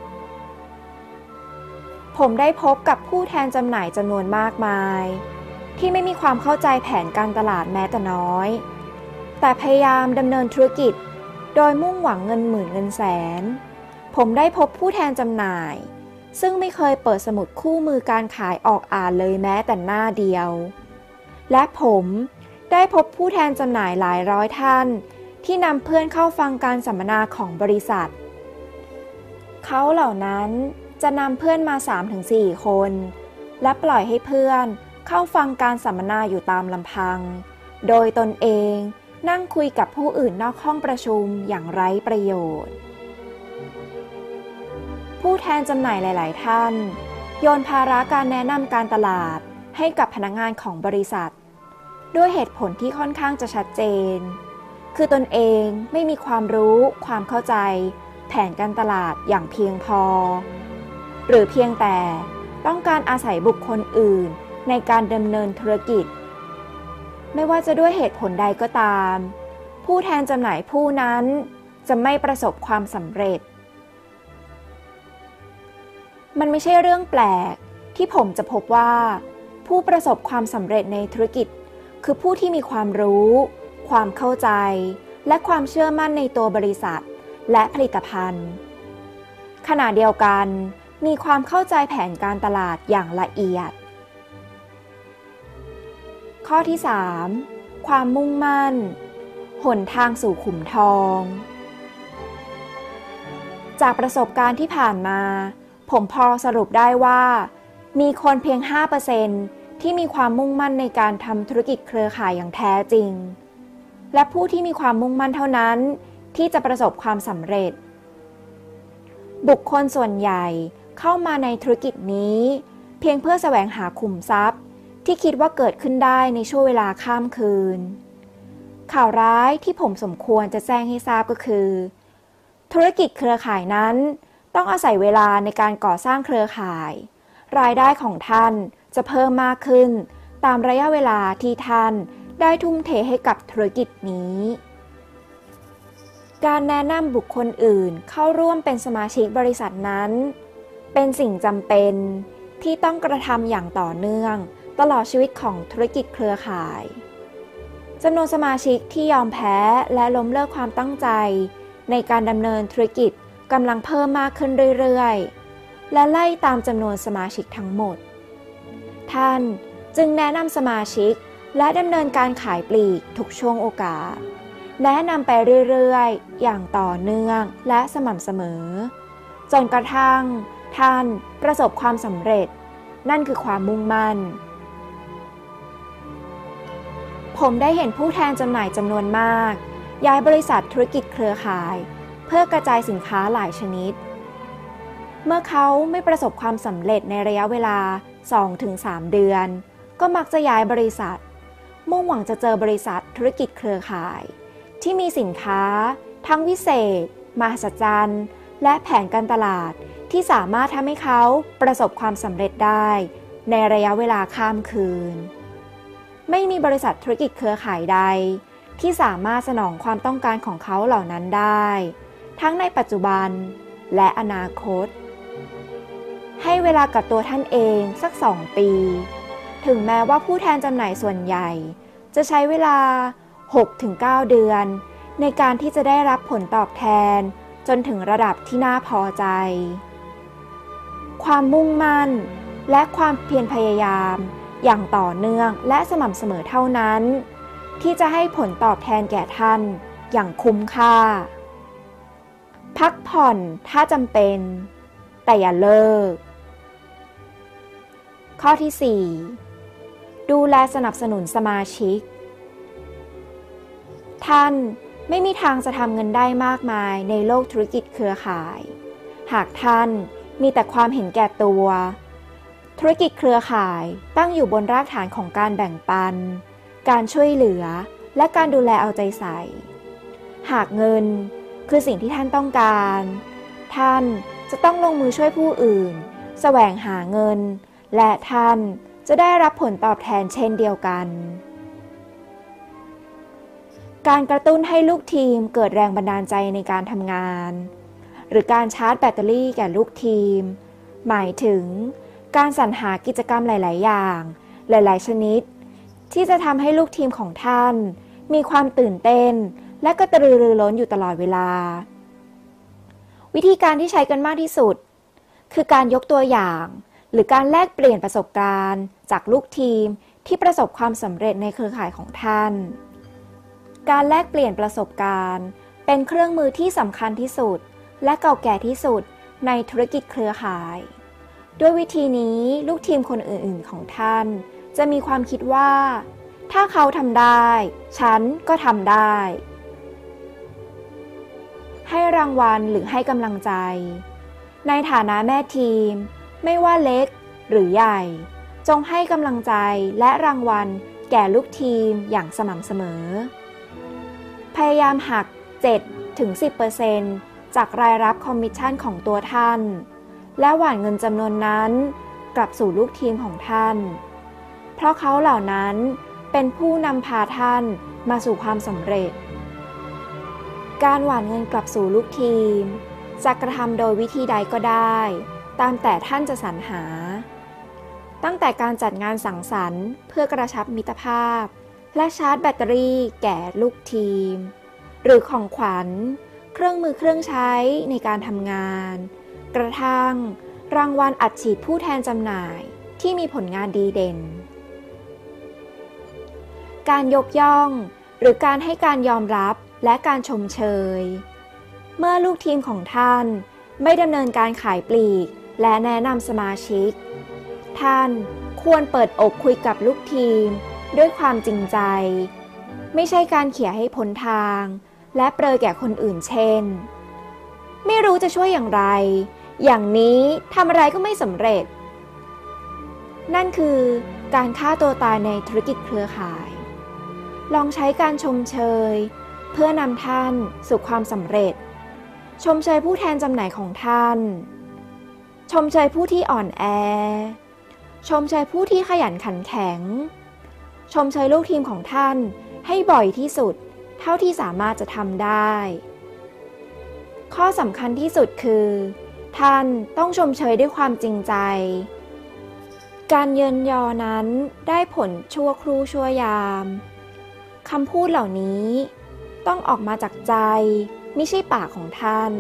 ผมได้พบกับผู้แทนจำหน่ายจำนวนมากมายที่ไม่มีความเข้าใจแผนการตลาดแม้แต่น้อยแต่พยายามดำเนินธุรกิจโดยมุ่งหวังเงินหมื่นเงินแสนผมได้พบผู้แทนจำหน่ายซึ่งไม่เคยเปิดสมุดคู่มือการขายออกอ่านเลยแม้แต่หน้าเดียวและผมได้พบผู้แทนจำหน่ายหลายร้อยท่านที่นำเพื่อนเข้าฟังการสัมมนาของบริษัทเขาเหล่านั้นจะนำเพื่อนมา สามถึงสี่ คนและปล่อยให้เพื่อนเข้าฟังการสัมมนาอยู่ตามลำพังโดยตนเองนั่งคุยกับผู้อื่นนอกห้องประชุมอย่างไร้ประโยชน์ผู้แทนจำหน่ายหลาย ๆ ท่านโยนภาระการแนะนำการตลาดให้กับพนักงานของบริษัทด้วยเหตุผลที่ค่อนข้างจะชัดเจนคือตนเองไม่มีความรู้ความเข้าใจแผนการตลาดอย่างเพียงพอหรือเพียงแต่ต้องการอาศัยบุคคลอื่นในการดำเนินธุรกิจไม่ว่าจะด้วยเหตุผลใดก็ตามผู้แทนจำหน่ายผู้นั้นจะไม่ประสบความสำเร็จมันไม่ใช่เรื่องแปลกที่ผมจะพบว่าผู้ประสบความสำเร็จในธุรกิจคือผู้ที่มีความรู้ความเข้าใจและความเชื่อมั่นในตัวบริษัทและผลิตภัณฑ์ขณะเดียวกันมีความเข้าใจแผนการตลาดอย่างละเอียดข้อที่สามความมุ่งมั่นหนทางสู่ขุมทองจากประสบการณ์ที่ผ่านมาผมพอสรุปได้ว่ามีคนเพียง ห้าเปอร์เซ็นต์ ที่มีความมุ่งมั่นในการทำธุรกิจเครือข่ายอย่างแท้จริงและผู้ที่มีความมุ่งมั่นเท่านั้นที่จะประสบความสำเร็จบุคคลส่วนใหญ่เข้ามาในธุรกิจนี้เพียงเพื่อแสวงหาขุมทรัพย์ที่คิดว่าเกิดขึ้นได้ในช่วงเวลาข้ามคืนข่าวร้ายที่ผมสมควรจะแจ้งให้ทราบก็คือธุรกิจเครือข่ายนั้นต้องอาศัยเวลาในการก่อสร้างเครือข่ายรายได้ของท่านจะเพิ่มมากขึ้นตามระยะเวลาที่ท่านได้ทุ่มเทให้กับธุรกิจนี้การแนะนำบุคคลอื่นเข้าร่วมเป็นสมาชิกบริษัทนั้นเป็นสิ่งจำเป็นที่ต้องกระทำอย่างต่อเนื่องตลอดชีวิตของธุรกิจเครือข่ายจำนวนสมาชิกที่ยอมแพ้และล้มเลิกความตั้งใจในการดำเนินธุรกิจกำลังเพิ่มมากขึ้นเรื่อยๆและไล่ตามจำนวนสมาชิกทั้งหมดท่านจึงแนะนำสมาชิกและดำเนินการขายปลีกทุกช่วงโอกาสแนะนำไปเรื่อยๆอย่างต่อเนื่องและสม่ำเสมอจนกระทั่งท่านประสบความสำเร็จนั่นคือความมุ่งมั่นผมได้เห็นผู้แทนจำหน่ายจำนวนมากย้ายบริษัทธุรกิจเครือข่ายเพื่อกระจายสินค้าหลายชนิดเมื่อเขาไม่ประสบความสำเร็จในระยะเวลา สองถึงสาม เดือนก็มักจะย้ายบริษัทมุ่งหวังจะเจอบริษัทธุรกิจเครือข่ายที่มีสินค้าทั้งวิเศษมหัศจรรย์และแผนการตลาดที่สามารถทำให้เขาประสบความสำเร็จได้ในระยะเวลาข้ามคืนไม่มีบริษัทธุรกิจเครือข่ายใดที่สามารถสนองความต้องการของเขาเหล่านั้นได้ทั้งในปัจจุบันและอนาคตให้เวลากับตัวท่านเองสักสองปีถึงแม้ว่าผู้แทนจำหน่ายส่วนใหญ่จะใช้เวลา หกถึงเก้า เดือนในการที่จะได้รับผลตอบแทนจนถึงระดับที่น่าพอใจความมุ่งมั่นและความเพียรพยายามอย่างต่อเนื่องและสม่ำเสมอเท่านั้นที่จะให้ผลตอบแทนแก่ท่านอย่างคุ้มค่าพักผ่อนถ้าจำเป็นแต่อย่าเลิกข้อที่สี่ดูแลสนับสนุนสมาชิกท่านไม่มีทางจะทำเงินได้มากมายในโลกธุรกิจเครือข่ายหากท่านมีแต่ความเห็นแก่ตัวธุรกิจเครือข่ายตั้งอยู่บนรากฐานของการแบ่งปันการช่วยเหลือและการดูแลเอาใจใส่หากเงินคือสิ่งที่ท่านต้องการท่านจะต้องลงมือช่วยผู้อื่นแสวงหาเงินและท่านจะได้รับผลตอบแทนเช่นเดียวกันการกระตุ้นให้ลูกทีมเกิดแรงบันดาลใจในการทำงานหรือการชาร์จแบตเตอรี่แก่ลูกทีมหมายถึงการสรรหากิจกรรมหลายๆอย่างหลายๆชนิดที่จะทำให้ลูกทีมของท่านมีความตื่นเต้นและกระตือรือร้นอยู่ตลอดเวลาวิธีการที่ใช้กันมากที่สุดคือการยกตัวอย่างหรือการแลกเปลี่ยนประสบการณ์จากลูกทีมที่ประสบความสำเร็จในเครือข่ายของท่านการแลกเปลี่ยนประสบการณ์เป็นเครื่องมือที่สำคัญที่สุดและเก่าแก่ที่สุดในธุรกิจเครือข่ายด้วยวิธีนี้ลูกทีมคนอื่นๆของท่านจะมีความคิดว่าถ้าเขาทำได้ฉันก็ทำได้ให้รางวัลหรือให้กำลังใจในฐานะแม่ทีมไม่ว่าเล็กหรือใหญ่จงให้กำลังใจและรางวัลแก่ลูกทีมอย่างสม่ำเสมอพยายามหัก เจ็ดถึงสิบเปอร์เซ็นต์ จากรายรับคอมมิชชั่นของตัวท่านและหว่านเงินจำนวนนั้นกลับสู่ลูกทีมของท่านเพราะเขาเหล่านั้นเป็นผู้นำพาท่านมาสู่ความสำเร็จการหว่านเงินกลับสู่ลูกทีมจะกระทำโดยวิธีใดก็ได้ตามแต่ท่านจะสรรหาตั้งแต่การจัดงานสังสรรค์เพื่อกระชับมิตรภาพและชาร์จแบตเตอรี่แก่ลูกทีมหรือของขวัญเครื่องมือเครื่องใช้ในการทำงานกระทั่งรางวัลอัดฉีดผู้แทนจำหน่ายที่มีผลงานดีเด่นการยกย่องหรือการให้การยอมรับและการชมเชยเมื่อลูกทีมของท่านไม่ดำเนินการขายปลีกและแนะนำสมาชิกท่านควรเปิดอกคุยกับลูกทีมด้วยความจริงใจไม่ใช่การเขี่ยให้พ้นทางและเปรยแก่คนอื่นเช่นไม่รู้จะช่วยอย่างไรอย่างนี้ทำอะไรก็ไม่สำเร็จนั่นคือการฆ่าตัวตายในธุรกิจเครือข่ายลองใช้การชมเชยเพื่อนำท่านสู่ความสำเร็จชมเชยผู้แทนจำหน่ายของท่านชมเชยผู้ที่อ่อนแอชมเชยผู้ที่ขยันขันแข็งชมเชยลูกทีมของท่านให้บ่อยที่สุดเท่าที่สามารถจะทำได้ข้อสำคัญที่สุดคือท่านต้องชมเชยด้วยความจริงใจการเยินยอนั้นได้ผลชั่วครู่ชั่วยามคำพูดเหล่านี้ต้องออกมาจากใจไม่ใช่ปากของท่าน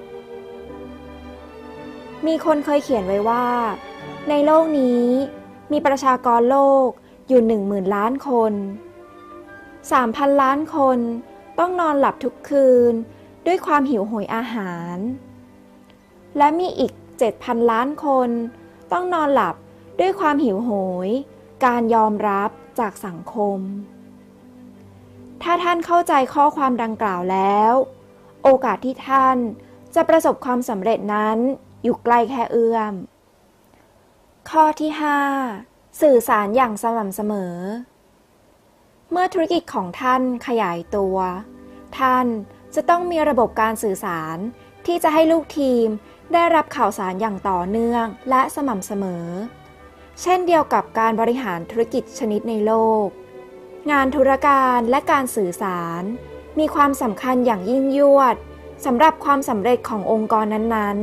มีคนเคยเขียนไว้ว่าในโลกนี้มีประชากรโลกอยู่หนึ่งหมื่นล้านคนสามพันล้านคนต้องนอนหลับทุกคืนด้วยความหิวโหยอาหารและมีอีก เจ็ดพันล้านคนต้องนอนหลับด้วยความหิวโหยการยอมรับจากสังคมถ้าท่านเข้าใจข้อความดังกล่าวแล้วโอกาสที่ท่านจะประสบความสำเร็จนั้นอยู่ใกล้แค่เอื้อมข้อที่ห้าสื่อสารอย่างสม่ำเสมอเมื่อธุรกิจของท่านขยายตัวท่านจะต้องมีระบบการสื่อสารที่จะให้ลูกทีมได้รับข่าวสารอย่างต่อเนื่องและสม่ำเสมอเช่นเดียวกับการบริหารธุรกิจชนิดในโลกงานธุรการและการสื่อสารมีความสำคัญอย่างยิ่งยวดสำหรับความสำเร็จขององค์กรนั้น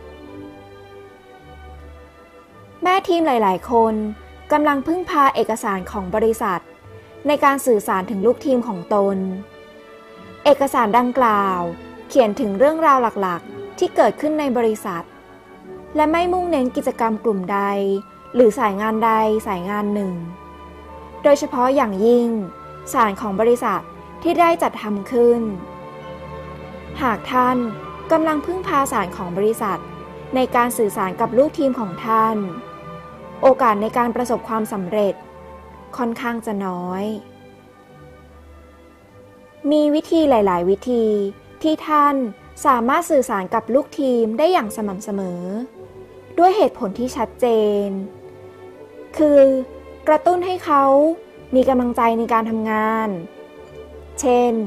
ๆแม่ทีมหลายๆคนกำลังพึ่งพาเอกสารของบริษัทในการสื่อสารถึงลูกทีมของตนเอกสารดังกล่าวเขียนถึงเรื่องราวหลักๆที่เกิดขึ้นในบริษัทและไม่มุ่งเน้นกิจกรรมกลุ่มใดหรือสายงานใดสายงานหนึ่งโดยเฉพาะอย่างยิ่งสารของบริษัทที่ได้จัดทำขึ้นหากท่านกำลังพึ่งพาสารของบริษัทในการสื่อสารกับลูกทีมของท่านโอกาสในการประสบความสำเร็จค่อนข้างจะน้อยมีวิธีหลายๆวิธีที่ท่านสามารถสื่อสารกับลูกทีมได้อย่างสม่ำเสมอด้วยเหตุผลที่ชัดเจนคือกระตุ้นให้เขามีกำลังใจในการทำงานเช่น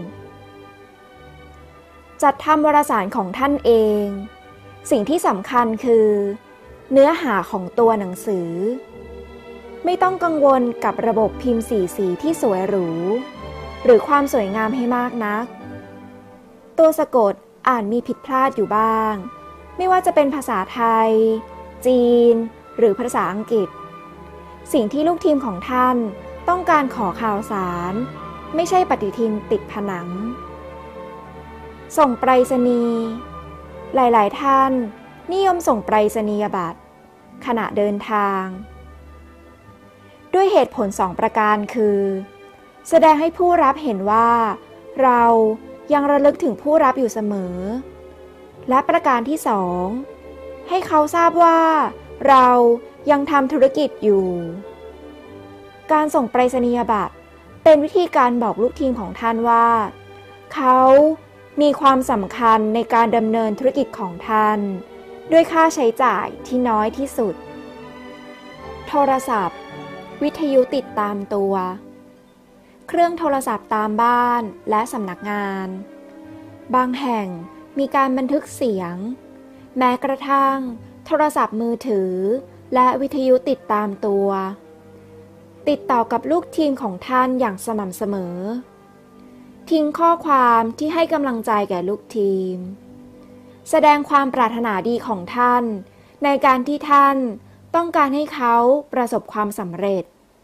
จัดทำวารสารของท่านเองสิ่งที่สำคัญคือเนื้อหาของตัวหนังสือไม่ต้องกังวลกับระบบพิมพ์สีสีที่สวยหรูหรือความสวยงามให้มากนักตัวสะกดอ่านมีผิดพลาดอยู่บ้างไม่ว่าจะเป็นภาษาไทยจีนหรือภาษาอังกฤษสิ่งที่ลูกทีมของท่านต้องการขอข่าวสารไม่ใช่ปฏิทินติดผนังส่งไปรษณีย์หลายๆท่านนิยมส่งไปรษณียบัตรขณะเดินทางด้วยเหตุผลสองประการคือแสดงให้ผู้รับเห็นว่าเรายังระลึกถึงผู้รับอยู่เสมอและประการที่สองให้เขาทราบว่าเรายังทำธุรกิจอยู่การส่งไปรษณียบัตรเป็นวิธีการบอกลูกทีมของท่านว่าเขามีความสำคัญในการดำเนินธุรกิจของท่านด้วยค่าใช้จ่ายที่น้อยที่สุดโทรศัพท์วิทยุติดตามตัวเครื่องโทรศัพท์ตามบ้านและสำนักงานบางแห่งมีการบันทึกเสียงแม้กระทั่งโทรศัพท์มือถือและวิทยุติดตามตัวติดต่อกับลูกทีมของท่านอย่างสม่ำเสมอทิ้งข้อความที่ให้กำลังใจแก่ลูกทีมแสดงความปรารถนาดีของท่านในการที่ท่านต้องการให้เขาประสบความสำเร็จ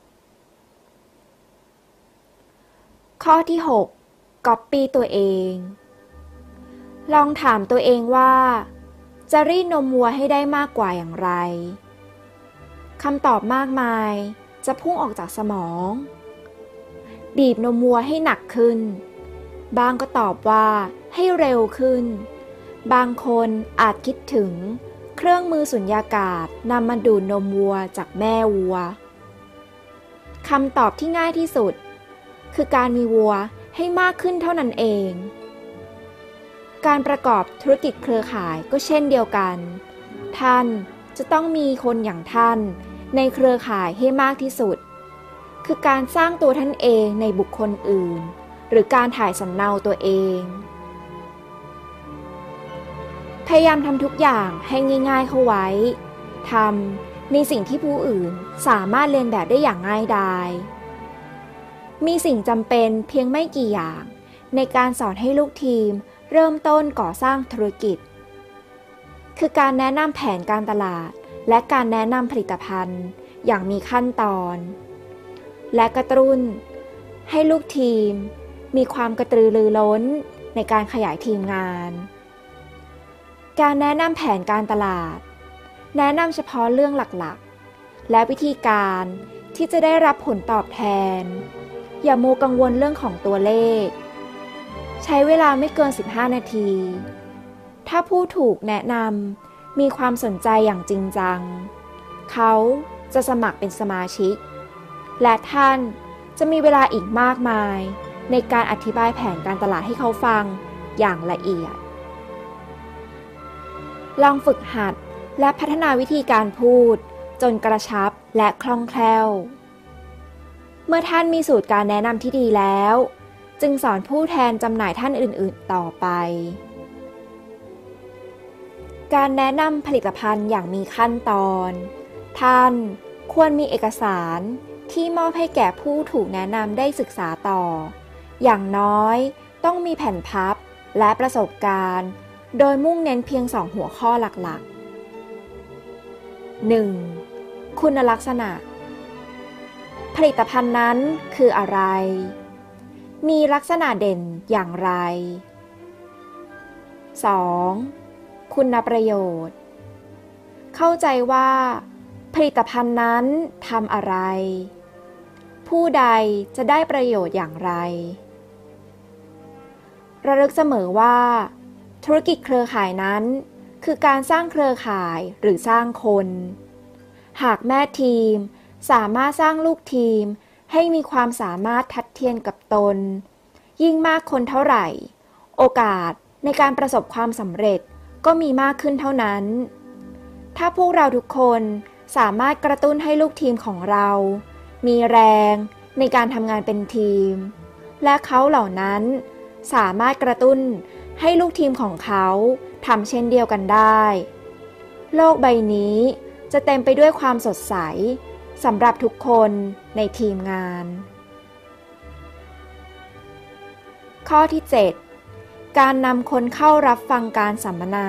ข้อที่หกก๊อปปี้ตัวเองลองถามตัวเองว่าจะรีดนมวัวให้ได้มากกว่าอย่างไรคำตอบมากมายจะพุ่งออกจากสมองบีบนมวัวให้หนักขึ้นบางก็ตอบว่าให้เร็วขึ้นบางคนอาจคิดถึงเครื่องมือสุญญากาศนำมาดูดนมวัวจากแม่วัวคำตอบที่ง่ายที่สุดคือการมีวัวให้มากขึ้นเท่านั้นเองการประกอบธุรกิจเครือข่ายก็เช่นเดียวกันท่านจะต้องมีคนอย่างท่านในเครือข่ายให้มากที่สุดคือการสร้างตัวท่านเองในบุคคลอื่นหรือการถ่ายสำเนาตัวเองพยายามทำทุกอย่างให้ง่ายๆเข้าไว้ทำในสิ่งที่ผู้อื่นสามารถเรียนแบบได้อย่างง่ายดายมีสิ่งจำเป็นเพียงไม่กี่อย่างในการสอนให้ลูกทีมเริ่มต้นก่อสร้างธุรกิจคือการแนะนำแผนการตลาดและการแนะนำผลิตภัณฑ์อย่างมีขั้นตอนและกระตุ้นให้ลูกทีมมีความกระตือรือร้นในการขยายทีมงานการแนะนำแผนการตลาดแนะนำเฉพาะเรื่องหลักๆและวิธีการที่จะได้รับผลตอบแทนอย่ามัวกังวลเรื่องของตัวเลขใช้เวลาไม่เกินสิบห้านาทีถ้าผู้ถูกแนะนำมีความสนใจอย่างจริงจังเขาจะสมัครเป็นสมาชิกและท่านจะมีเวลาอีกมากมายในการอธิบายแผนการตลาดให้เขาฟังอย่างละเอียดลองฝึกหัดและพัฒนาวิธีการพูดจนกระชับและคล่องแคล่วเมื่อท่านมีสูตรการแนะนำที่ดีแล้วจึงสอนผู้แทนจำหน่ายท่านอื่นๆต่อไปการแนะนำผลิตภัณฑ์อย่างมีขั้นตอนท่านควรมีเอกสารที่มอบให้แก่ผู้ถูกแนะนำได้ศึกษาต่ออย่างน้อยต้องมีแผ่นพับและประสบการณ์โดยมุ่งเน้นเพียงสองหัวข้อหลักๆ หนึ่ง. คุณลักษณะผลิตภัณฑ์นั้นคืออะไรมีลักษณะเด่นอย่างไร สอง. คุณประโยชน์ เข้าใจว่าผลิตภัณฑ์นั้นทำอะไร ผู้ใดจะได้ประโยชน์อย่างไร ระลึกเสมอว่าธุรกิจเครือข่ายนั้นคือการสร้างเครือข่ายหรือสร้างคน หากแม่ทีมสามารถสร้างลูกทีมให้มีความสามารถทัดเทียมกับตนยิ่งมากคนเท่าไหร่โอกาสในการประสบความสำเร็จก็มีมากขึ้นเท่านั้นถ้าพวกเราทุกคนสามารถกระตุ้นให้ลูกทีมของเรามีแรงในการทำงานเป็นทีมและเขาเหล่านั้นสามารถกระตุ้นให้ลูกทีมของเขาทำเช่นเดียวกันได้โลกใบนี้จะเต็มไปด้วยความสดใสสำหรับทุกคนในทีมงานข้อที่ เจ็ด การนำคนเข้ารับฟังการสัมมนา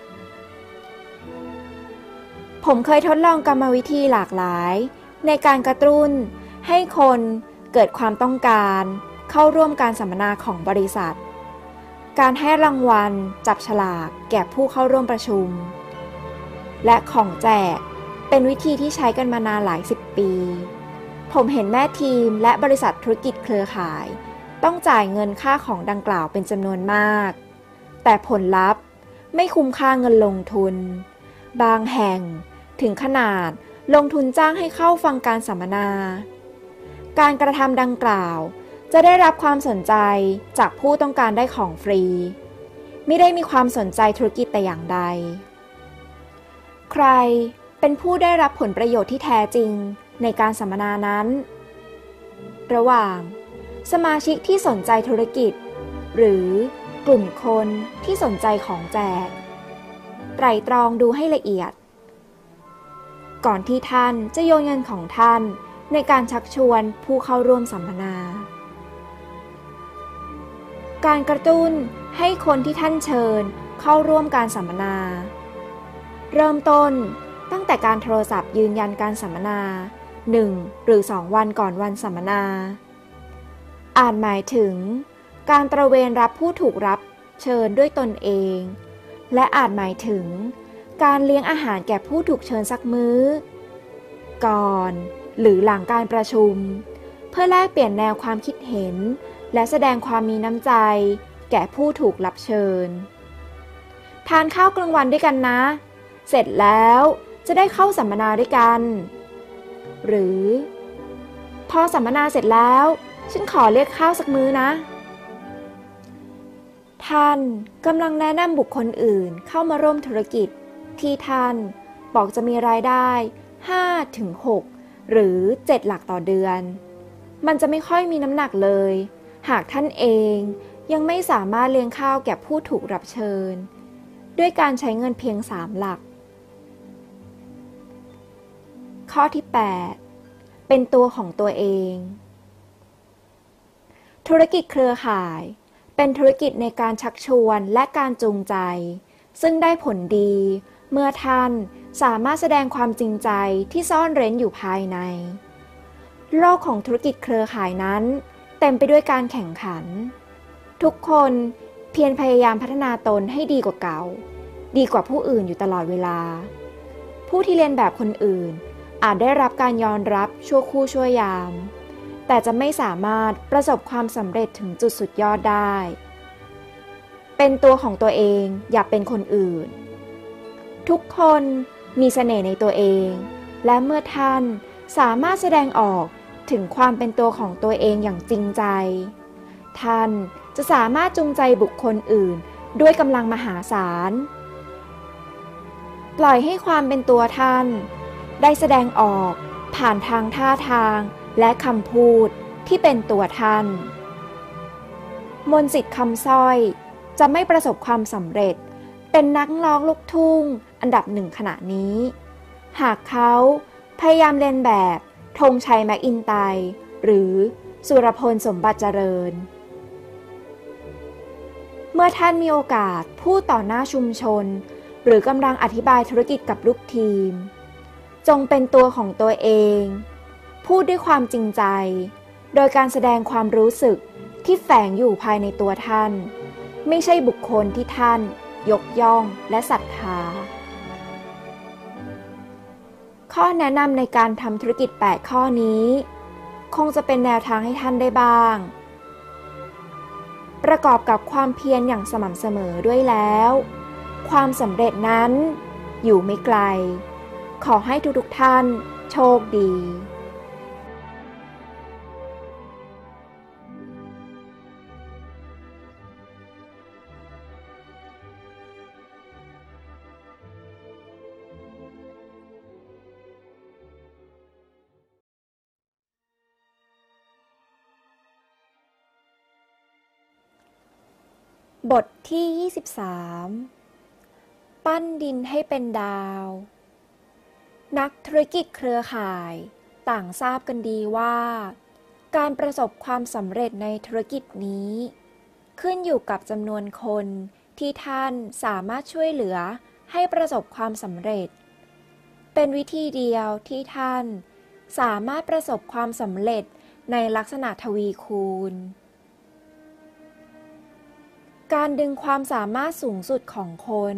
ผมเคยทดลองกรรมวิธีหลากหลายในการกระตุ้นให้คนเกิดความต้องการเข้าร่วมการสัมมนาของบริษัทการให้รางวัลจับฉลากแก่ผู้เข้าร่วมประชุมและของแจกเป็นวิธีที่ใช้กันมานานหลายสิบปีผมเห็นแม่ทีมและบริษัทธุรกิจเครือข่ายต้องจ่ายเงินค่าของดังกล่าวเป็นจำนวนมากแต่ผลลัพธ์ไม่คุ้มค่าเงินลงทุนบางแห่งถึงขนาดลงทุนจ้างให้เข้าฟังการสัมมนาการกระทำดังกล่าวจะได้รับความสนใจจากผู้ต้องการได้ของฟรีไม่ได้มีความสนใจธุรกิจแต่อย่างใดใครเป็นผู้ได้รับผลประโยชน์ที่แท้จริงในการสัมมนานั้นระหว่างสมาชิกที่สนใจธุรกิจหรือกลุ่มคนที่สนใจของแจกไตร่ตรองดูให้ละเอียดก่อนที่ท่านจะโยนเงินของท่านในการชักชวนผู้เข้าร่วมสัมมนาการกระตุ้นให้คนที่ท่านเชิญเข้าร่วมการสัมมนาเริ่มต้นตั้งแต่การโทรศัพท์ยืนยันการสัมมนาหนึ่งหรือสองวันก่อนวันสัมมนาอาจหมายถึงการตระเวนรับผู้ถูกรับเชิญด้วยตนเองและอาจหมายถึงการเลี้ยงอาหารแก่ผู้ถูกเชิญสักมื้อก่อนหรือหลังการประชุมเพื่อแลกเปลี่ยนแนวความคิดเห็นและแสดงความมีน้ำใจแก่ผู้ถูกรับเชิญทานข้าวกลางวันด้วยกันนะเสร็จแล้วจะได้เข้าสัมมนาด้วยกันหรือพอสัมมนาเสร็จแล้วฉันขอเรียกข้าวสักมื้อนะท่านกำลังแนะนำบุคคลอื่นเข้ามาร่วมธุรกิจที่ท่านบอกจะมีรายได้ ห้าถึงหก หรือ เจ็ด หลักต่อเดือนมันจะไม่ค่อยมีน้ำหนักเลยหากท่านเองยังไม่สามารถเลี้ยงข้าวแก่ผู้ถูกรับเชิญด้วยการใช้เงินเพียงสามหลักข้อที่ แปด เป็นตัวของตัวเองธุรกิจเครือข่ายเป็นธุรกิจในการชักชวนและการจูงใจซึ่งได้ผลดีเมื่อท่านสามารถแสดงความจริงใจที่ซ่อนเร้นอยู่ภายในโลกของธุรกิจเครือข่ายนั้นเต็มไปด้วยการแข่งขันทุกคนเพียรพยายามพัฒนาตนให้ดีกว่าเก่าดีกว่าผู้อื่นอยู่ตลอดเวลาผู้ที่เรียนแบบคนอื่นอาจได้รับการยอมรับชั่วคู่ชั่วยามแต่จะไม่สามารถประสบความสำเร็จถึงจุดสุดยอดได้เป็นตัวของตัวเองอย่าเป็นคนอื่นทุกคนมีเสน่ห์ในตัวเองและเมื่อท่านสามารถแสดงออกถึงความเป็นตัวของตัวเองอย่างจริงใจท่านจะสามารถจูงใจบุคคลอื่นด้วยกำลังมหาศาลปล่อยให้ความเป็นตัวท่านได้แสดงออกผ่านทางท่าทางและคำพูดที่เป็นตัวท่านมนต์สิทธิ์คำสร้อยจะไม่ประสบความสำเร็จเป็นนักร้องลูกทุ่งอันดับหนึ่งขณะนี้หากเขาพยายามเลียนแบบธงชัยแมคอินไตร์หรือสุรพลสมบัติเจริญเมื่อท่านมีโอกาสพูดต่อหน้าชุมชนหรือกำลังอธิบายธุรกิจกับลูกทีมจงเป็นตัวของตัวเองพูดด้วยความจริงใจโดยการแสดงความรู้สึกที่แฝงอยู่ภายในตัวท่านไม่ใช่บุคคลที่ท่านยกย่องและศรัทธาข้อแนะนำในการทำธุรกิจแปดข้อนี้คงจะเป็นแนวทางให้ท่านได้บ้างประกอบกับความเพียรอย่างสม่ำเสมอด้วยแล้วความสำเร็จนั้นอยู่ไม่ไกลขอให้ทุกๆท่านโชคดีบทที่ ยี่สิบสาม ปั้นดินให้เป็นดาวนักธุรกิจเครือข่ายต่างทราบกันดีว่าการประสบความสำเร็จในธุรกิจนี้ขึ้นอยู่กับจำนวนคนที่ท่านสามารถช่วยเหลือให้ประสบความสำเร็จเป็นวิธีเดียวที่ท่านสามารถประสบความสำเร็จในลักษณะทวีคูณการดึงความสามารถสูงสุดของคน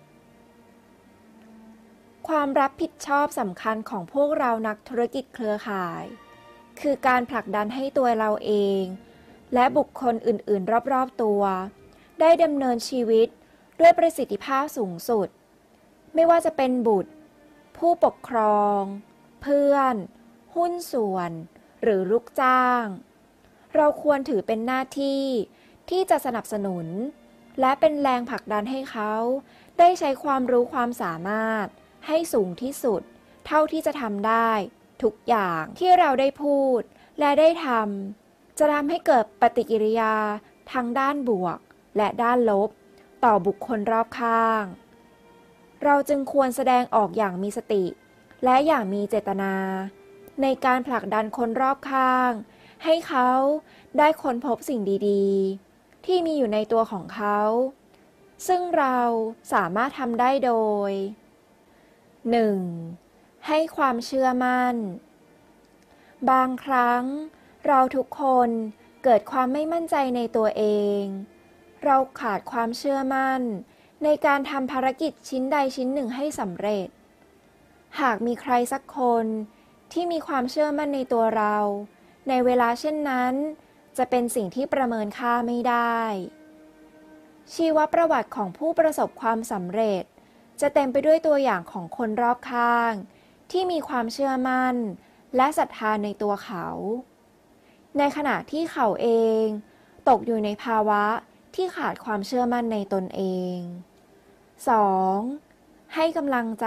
ความรับผิดชอบสำคัญของพวกเรานักธุรกิจเครือข่ายคือการผลักดันให้ตัวเราเองและบุคคลอื่นๆรอบๆตัวได้ดำเนินชีวิตด้วยประสิทธิภาพสูงสุดไม่ว่าจะเป็นบุตรผู้ปกครองเพื่อนหุ้นส่วนหรือลูกจ้างเราควรถือเป็นหน้าที่ที่จะสนับสนุนและเป็นแรงผลักดันให้เขาได้ใช้ความรู้ความสามารถให้สูงที่สุดเท่าที่จะทำได้ทุกอย่างที่เราได้พูดและได้ทำจะทำให้เกิดปฏิกิริยาทั้งด้านบวกและด้านลบต่อบุคคลรอบข้างเราจึงควรแสดงออกอย่างมีสติและอย่างมีเจตนาในการผลักดันคนรอบข้างให้เขาได้ค้นพบสิ่งดีๆที่มีอยู่ในตัวของเขาซึ่งเราสามารถทำได้โดย หนึ่ง. ให้ความเชื่อมั่นบางครั้งเราทุกคนเกิดความไม่มั่นใจในตัวเองเราขาดความเชื่อมั่นในการทำภารกิจชิ้นใดชิ้นหนึ่งให้สำเร็จหากมีใครสักคนที่มีความเชื่อมั่นในตัวเราในเวลาเช่นนั้นจะเป็นสิ่งที่ประเมินค่าไม่ได้ชีวประวัติของผู้ประสบความสำเร็จจะเต็มไปด้วยตัวอย่างของคนรอบข้างที่มีความเชื่อมั่นและศรัทธาในตัวเขาในขณะที่เขาเองตกอยู่ในภาวะที่ขาดความเชื่อมั่นในตนเอง สอง. ให้กำลังใจ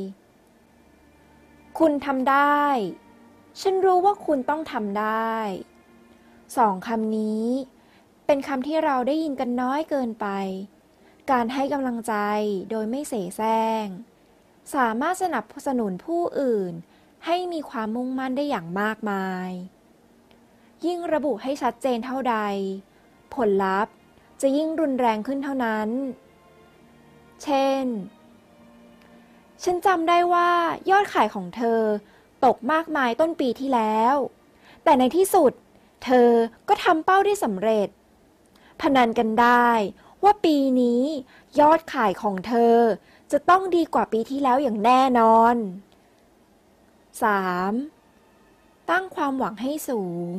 คุณทำได้ฉันรู้ว่าคุณต้องทำได้สองคำนี้เป็นคำที่เราได้ยินกันน้อยเกินไปการให้กำลังใจโดยไม่เสแสร้งสามารถสนับสนุนผู้อื่นให้มีความมุ่งมั่นได้อย่างมากมายยิ่งระบุให้ชัดเจนเท่าใดผลลัพธ์จะยิ่งรุนแรงขึ้นเท่านั้นเช่นฉันจำได้ว่ายอดขายของเธอตกมากมายต้นปีที่แล้วแต่ในที่สุดเธอก็ทำเป้าได้สำเร็จพนันกันได้ว่าปีนี้ยอดขายของเธอจะต้องดีกว่าปีที่แล้วอย่างแน่นอน สาม. ตั้งความหวังให้สูง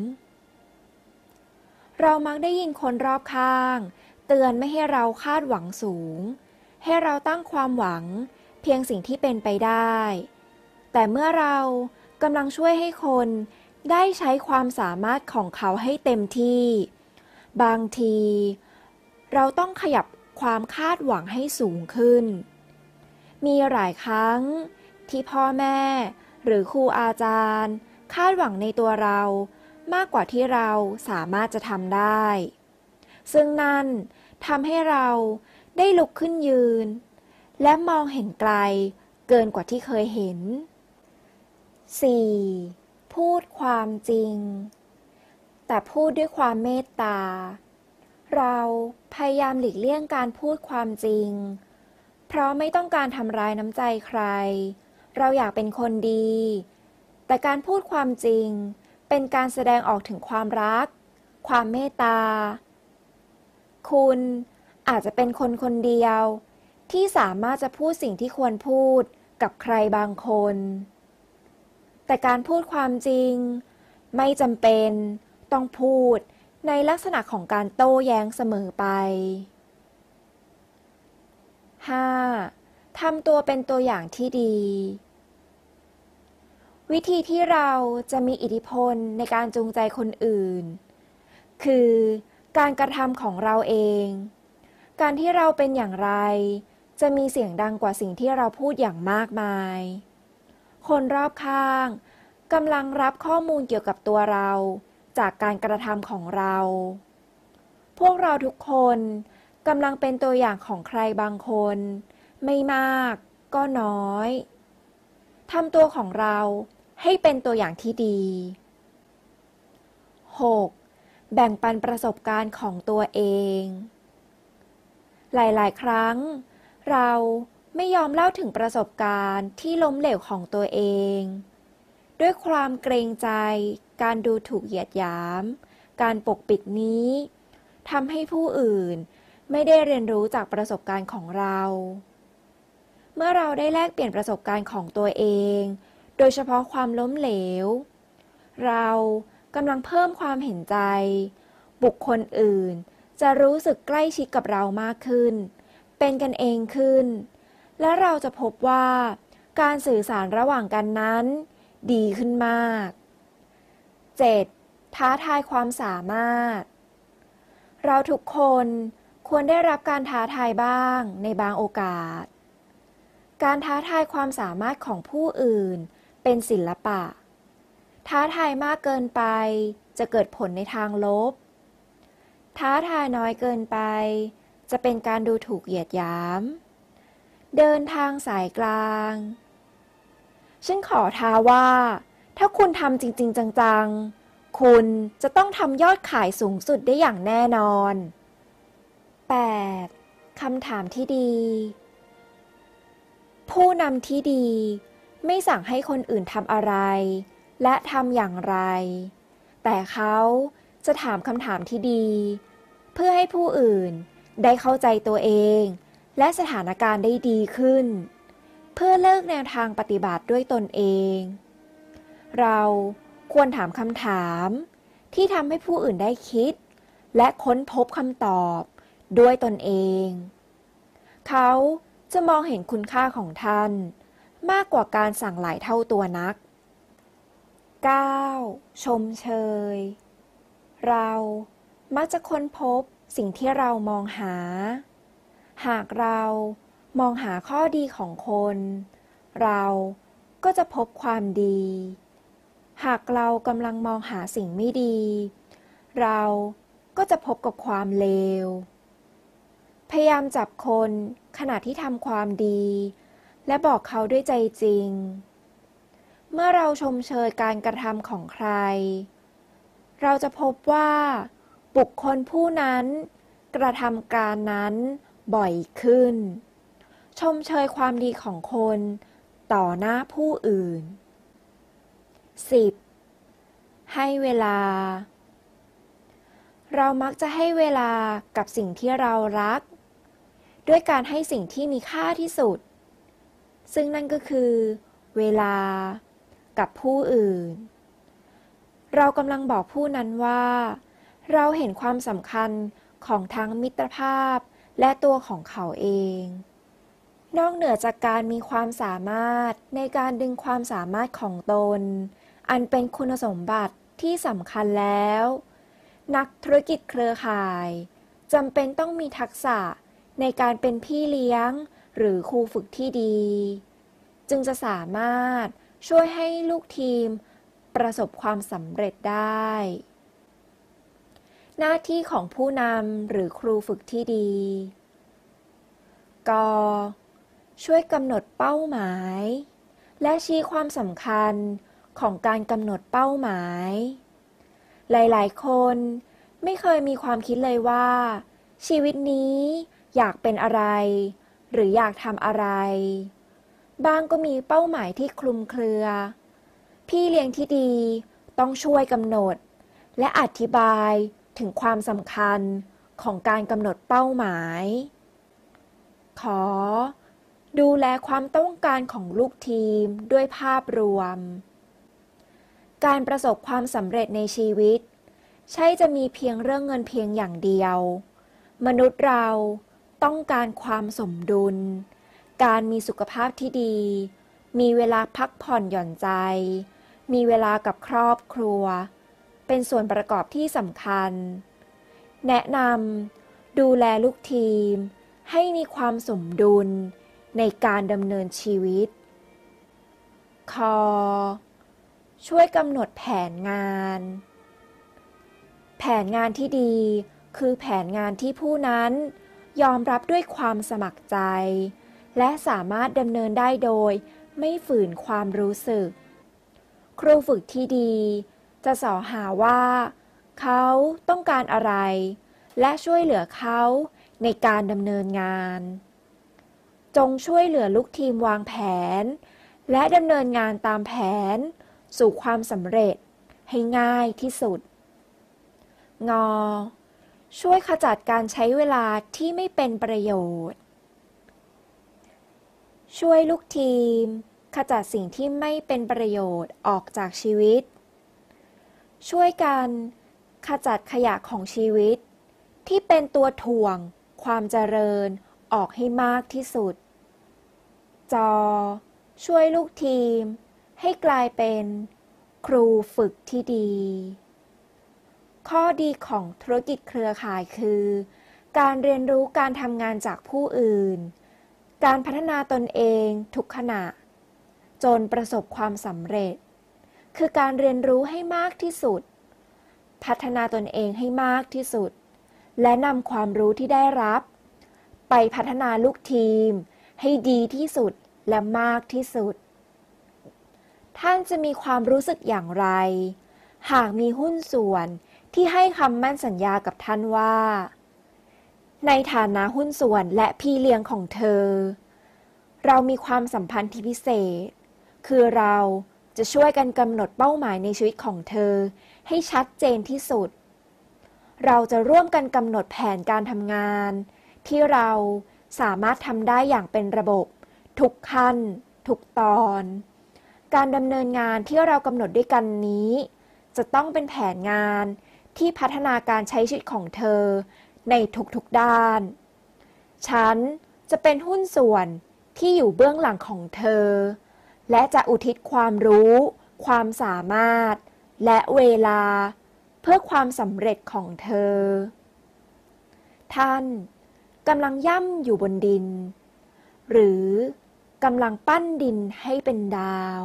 เรามักได้ยินคนรอบข้างเตือนไม่ให้เราคาดหวังสูงให้เราตั้งความหวังเพียงสิ่งที่เป็นไปได้แต่เมื่อเรากำลังช่วยให้คนได้ใช้ความสามารถของเขาให้เต็มที่บางทีเราต้องขยับความคาดหวังให้สูงขึ้นมีหลายครั้งที่พ่อแม่หรือครูอาจารย์คาดหวังในตัวเรามากกว่าที่เราสามารถจะทำได้ซึ่งนั่นทำให้เราได้ลุกขึ้นยืนและมองเห็นไกลเกินกว่าที่เคยเห็น สี่. พูดความจริงแต่พูดด้วยความเมตตาเราพยายามหลีกเลี่ยงการพูดความจริงเพราะไม่ต้องการทำร้ายน้ำใจใครเราอยากเป็นคนดีแต่การพูดความจริงเป็นการแสดงออกถึงความรักความเมตตาคุณอาจจะเป็นคนคนเดียวที่สามารถจะพูดสิ่งที่ควรพูดกับใครบางคนแต่การพูดความจริงไม่จำเป็นต้องพูดในลักษณะของการโต้แย้งเสมอไป ห้า. ทำตัวเป็นตัวอย่างที่ดีวิธีที่เราจะมีอิทธิพลในการจูงใจคนอื่นคือการกระทำของเราเองการที่เราเป็นอย่างไรจะมีเสียงดังกว่าสิ่งที่เราพูดอย่างมากมายคนรอบข้างกำลังรับข้อมูลเกี่ยวกับตัวเราจากการกระทำของเราพวกเราทุกคนกำลังเป็นตัวอย่างของใครบางคนไม่มากก็น้อยทำตัวของเราให้เป็นตัวอย่างที่ดี หก. แบ่งปันประสบการณ์ของตัวเองหลายๆครั้งเราไม่ยอมเล่าถึงประสบการณ์ที่ล้มเหลวของตัวเองด้วยความเกรงใจการดูถูกเหยียดหยามการปกปิดนี้ทำให้ผู้อื่นไม่ได้เรียนรู้จากประสบการณ์ของเราเมื่อเราได้แลกเปลี่ยนประสบการณ์ของตัวเองโดยเฉพาะความล้มเหลวเรากำลังเพิ่มความเห็นใจบุคคลอื่นจะรู้สึกใกล้ชิดกับเรามากขึ้นเป็นกันเองขึ้นและเราจะพบว่าการสื่อสารระหว่างกันนั้นดีขึ้นมาก เจ็ด. ท้าทายความสามารถเราทุกคนควรได้รับการท้าทายบ้างในบางโอกาสการท้าทายความสามารถของผู้อื่นเป็นศิลปะท้าทายมากเกินไปจะเกิดผลในทางลบท้าทายน้อยเกินไปจะเป็นการดูถูกเหยียดหยามเดินทางสายกลางฉันขอท้าว่าถ้าคุณทำจริงๆจังๆคุณจะต้องทำยอดขายสูงสุดได้อย่างแน่นอน แปด. คำถามที่ดีผู้นำที่ดีไม่สั่งให้คนอื่นทำอะไรและทำอย่างไรแต่เขาจะถามคำถามที่ดีเพื่อให้ผู้อื่นได้เข้าใจตัวเองและสถานการณ์ได้ดีขึ้นเพื่อเลิกแนวทางปฏิบัติด้วยตนเองเราควรถามคำถามที่ทำให้ผู้อื่นได้คิดและค้นพบคำตอบด้วยตนเองเขาจะมองเห็นคุณค่าของท่านมากกว่าการสั่งหลายเท่าตัวนัก เก้า. ชมเชยเรามักจะค้นพบสิ่งที่เรามองหาหากเรามองหาข้อดีของคนเราก็จะพบความดีหากเรากำลังมองหาสิ่งไม่ดีเราก็จะพบกับความเลวพยายามจับคนขณะที่ทำความดีและบอกเขาด้วยใจจริงเมื่อเราชมเชยการกระทำของใครเราจะพบว่าบุคคลผู้นั้นกระทำการนั้นบ่อยขึ้นชมเชยความดีของคนต่อหน้าผู้อื่น สิบ. ให้เวลาเรามักจะให้เวลากับสิ่งที่เรารักด้วยการให้สิ่งที่มีค่าที่สุดซึ่งนั่นก็คือเวลากับผู้อื่นเรากำลังบอกผู้นั้นว่าเราเห็นความสำคัญของทั้งมิตรภาพและตัวของเขาเองนอกเหนือจากการมีความสามารถในการดึงความสามารถของตนอันเป็นคุณสมบัติที่สำคัญแล้วนักธุรกิจเครือข่ายจำเป็นต้องมีทักษะในการเป็นพี่เลี้ยงหรือครูฝึกที่ดีจึงจะสามารถช่วยให้ลูกทีมประสบความสำเร็จได้หน้าที่ของผู้นำหรือครูฝึกที่ดี ก. ช่วยกำหนดเป้าหมายและชี้ความสำคัญของการกำหนดเป้าหมายหลายๆคนไม่เคยมีความคิดเลยว่าชีวิตนี้อยากเป็นอะไรหรืออยากทำอะไรบางก็มีเป้าหมายที่คลุมเครือพี่เลี้ยงที่ดีต้องช่วยกำหนดและอธิบายถึงความสำคัญของการกำหนดเป้าหมาย ขอดูแลความต้องการของลูกทีมด้วยภาพรวม การประสบความสำเร็จในชีวิตใช่จะมีเพียงเรื่องเงินเพียงอย่างเดียวมนุษย์เราต้องการความสมดุลการมีสุขภาพที่ดีมีเวลาพักผ่อนหย่อนใจมีเวลากับครอบครัวเป็นส่วนประกอบที่สำคัญแนะนำดูแลลูกทีมให้มีความสมดุลในการดำเนินชีวิตคอช่วยกำหนดแผนงานแผนงานที่ดีคือแผนงานที่ผู้นั้นยอมรับด้วยความสมัครใจและสามารถดำเนินได้โดยไม่ฝืนความรู้สึกครูฝึกที่ดีจะสอหาว่าเขาต้องการอะไรและช่วยเหลือเขาในการดำเนินงานจงช่วยเหลือลูกทีมวางแผนและดำเนินงานตามแผนสู่ความสำเร็จให้ง่ายที่สุดงอช่วยขจัดการใช้เวลาที่ไม่เป็นประโยชน์ช่วยลูกทีมขจัดสิ่งที่ไม่เป็นประโยชน์ออกจากชีวิตช่วยกันขจัดขยะของชีวิตที่เป็นตัวถ่วงความเจริญออกให้มากที่สุดจอช่วยลูกทีมให้กลายเป็นครูฝึกที่ดีข้อดีของธุรกิจเครือข่ายคือการเรียนรู้การทำงานจากผู้อื่นการพัฒนาตนเองทุกขณะจนประสบความสำเร็จคือการเรียนรู้ให้มากที่สุดพัฒนาตนเองให้มากที่สุดและนำความรู้ที่ได้รับไปพัฒนาลูกทีมให้ดีที่สุดและมากที่สุดท่านจะมีความรู้สึกอย่างไรหากมีหุ้นส่วนที่ให้คำมั่นสัญญากับท่านว่าในฐานะหุ้นส่วนและพี่เลี้ยงของเธอเรามีความสัมพันธ์ที่พิเศษคือเราจะช่วยกันกำหนดเป้าหมายในชีวิตของเธอให้ชัดเจนที่สุดเราจะร่วมกันกำหนดแผนการทำงานที่เราสามารถทำได้อย่างเป็นระบบทุกขั้นทุกตอนการดำเนินงานที่เรากำหนดด้วยกันนี้จะต้องเป็นแผนงานที่พัฒนาการใช้ชีวิตของเธอในทุกๆด้านฉันจะเป็นหุ้นส่วนที่อยู่เบื้องหลังของเธอและจะอุทิศความรู้ความสามารถและเวลาเพื่อความสำเร็จของเธอท่านกำลังย่ำอยู่บนดินหรือกำลังปั้นดินให้เป็นดาว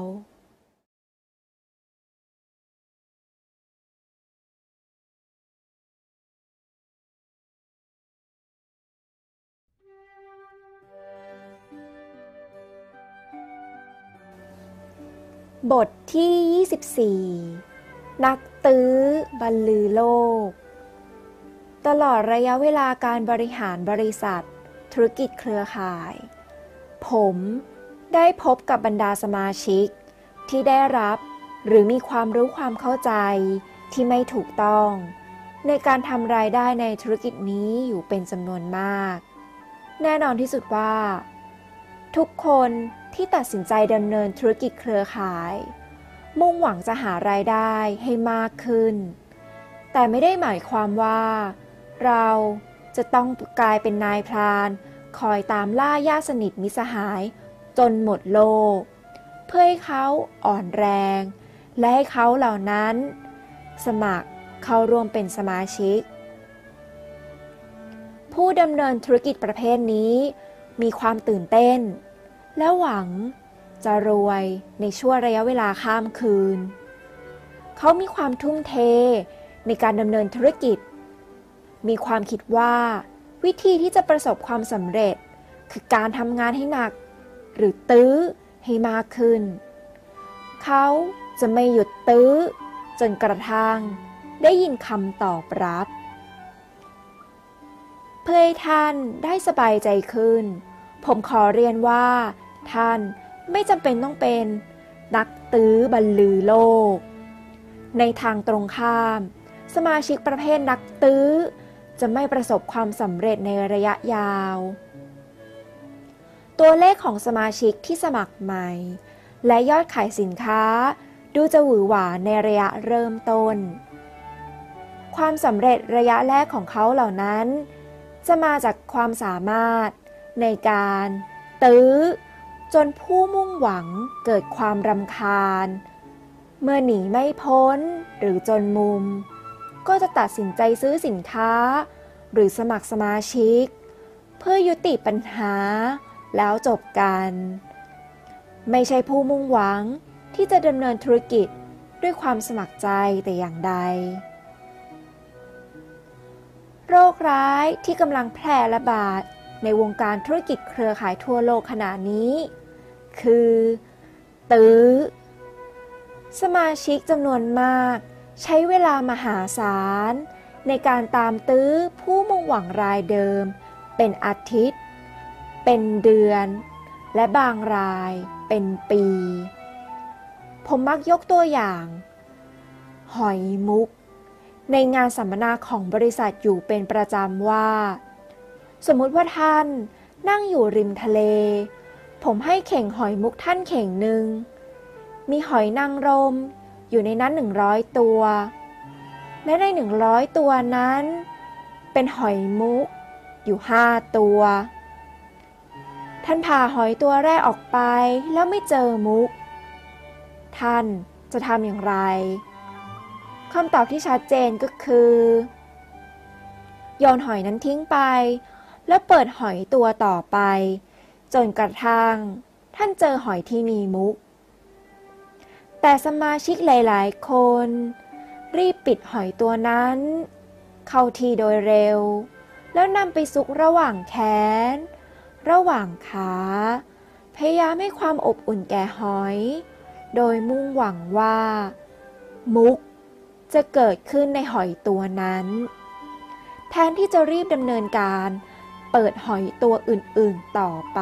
บทที่ยี่สิบสี่นักตื้อบรรลือโลกตลอดระยะเวลาการบริหารบริษัทธุรกิจเครือข่ายผมได้พบกับบรรดาสมาชิกที่ได้รับหรือมีความรู้ความเข้าใจที่ไม่ถูกต้องในการทำรายได้ในธุรกิจนี้อยู่เป็นจำนวนมากแน่นอนที่สุดว่าทุกคนที่ตัดสินใจดำเนินธุรกิจเครือข่ายมุ่งหวังจะหารายได้ให้มากขึ้นแต่ไม่ได้หมายความว่าเราจะต้องกลายเป็นนายพรานคอยตามล่าญาติสนิทมิตรสหายจนหมดโลกเพื่อให้เขาอ่อนแรงและให้เขาเหล่านั้นสมัครเข้าร่วมเป็นสมาชิกผู้ดำเนินธุรกิจประเภทนี้มีความตื่นเต้นและหวังจะรวยในช่วงระยะเวลาข้ามคืนเขามีความทุ่มเทในการดำเนินธุรกิจมีความคิดว่าวิธีที่จะประสบความสำเร็จคือการทำงานให้หนักหรือตื้อให้มากขึ้นเขาจะไม่หยุดตื้อจนกระทั่งได้ยินคำตอบรับเพื่อให้ท่านได้สบายใจขึ้นผมขอเรียนว่าท่านไม่จำเป็นต้องเป็น นักตื้อบรรลือโลกในทางตรงข้ามสมาชิกประเภทนักตื้อจะไม่ประสบความสำเร็จในระยะยาวตัวเลขของสมาชิกที่สมัครใหม่และยอดขายสินค้าดูจะหวือหวาในระยะเริ่มต้นความสำเร็จระยะแรกของเขาเหล่านั้นจะมาจากความสามารถในการตื้อจนผู้มุ่งหวังเกิดความรำคาญเมื่อหนีไม่พ้นหรือจนมุมก็จะตัดสินใจซื้อสินค้าหรือสมัครสมาชิกเพื่อยุติปัญหาแล้วจบกันไม่ใช่ผู้มุ่งหวังที่จะดำเนินธุรกิจด้วยความสมัครใจแต่อย่างใดโรคร้ายที่กำลังแพร่ระบาดในวงการธุรกิจเครือข่ายทั่วโลกขณะนี้คือตื้อสมาชิกจำนวนมากใช้เวลามหาศาลในการตามตื้อผู้มุ่งหวังรายเดิมเป็นอาทิตย์เป็นเดือนและบางรายเป็นปีผมมักยกตัวอย่างหอยมุกในงานสัมมนาของบริษัทอยู่เป็นประจำว่าสมมุติว่าท่านนั่งอยู่ริมทะเลผมให้เข่งหอยมุกท่านเข่งหนึ่งมีหอยนางรมอยู่ในนั้นหนึ่งร้อยตัวและในหนึ่งร้อยตัวนั้นเป็นหอยมุกอยู่ห้าตัวท่านผ่าหอยตัวแรกออกไปแล้วไม่เจอมุกท่านจะทำอย่างไรคำตอบที่ชัดเจนก็คือโยนหอยนั้นทิ้งไปแล้วเปิดหอยตัวต่อไปจนกระทั่งท่านเจอหอยที่มีมุกแต่สมาชิกหลายๆคนรีบปิดหอยตัวนั้นเข้าที่โดยเร็วแล้วนำไปซุกระหว่างแขนระหว่างขาพยายามให้ความอบอุ่นแก่หอยโดยมุ่งหวังว่ามุกจะเกิดขึ้นในหอยตัวนั้นแทนที่จะรีบดำเนินการเปิดหอยตัวอื่นๆต่อไป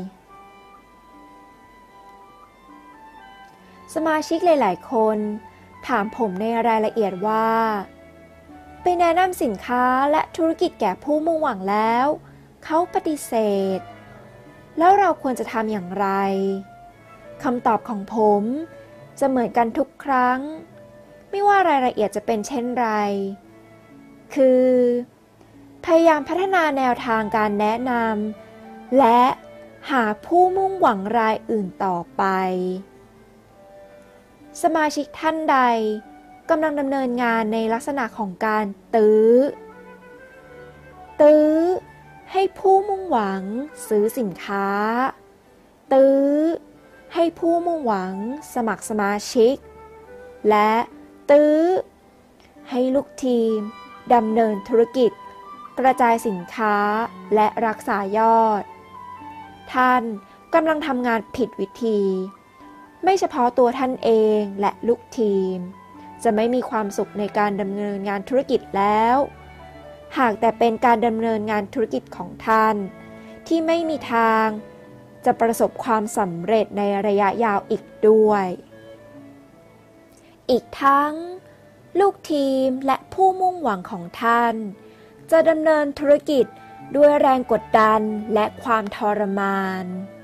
สมาชิกหลายๆคนถามผมในรายละเอียดว่าไปแนะนำสินค้าและธุรกิจแก่ผู้มุ่งหวังแล้วเขาปฏิเสธแล้วเราควรจะทำอย่างไรคำตอบของผมจะเหมือนกันทุกครั้งไม่ว่ารายละเอียดจะเป็นเช่นไรคือพยายามพัฒนาแนวทางการแนะนำและหาผู้มุ่งหวังรายอื่นต่อไปสมาชิกท่านใดกำลังดำเนินงานในลักษณะของการตื้อตื้อให้ผู้มุ่งหวังซื้อสินค้าตื้อให้ผู้มุ่งหวังสมัครสมาชิกและตื้อให้ลูกทีมดำเนินธุรกิจกระจายสินค้าและรักษายอดท่านกำลังทำงานผิดวิธีไม่เฉพาะตัวท่านเองและลูกทีมจะไม่มีความสุขในการดำเนินงานธุรกิจแล้วหากแต่เป็นการดำเนินงานธุรกิจของท่านที่ไม่มีทางจะประสบความสำเร็จในระยะยาวอีกด้วยอีกทั้งลูกทีมและผู้มุ่งหวังของท่านจะดำเนินธุรกิจด้วยแรงกดดันและความทรมาน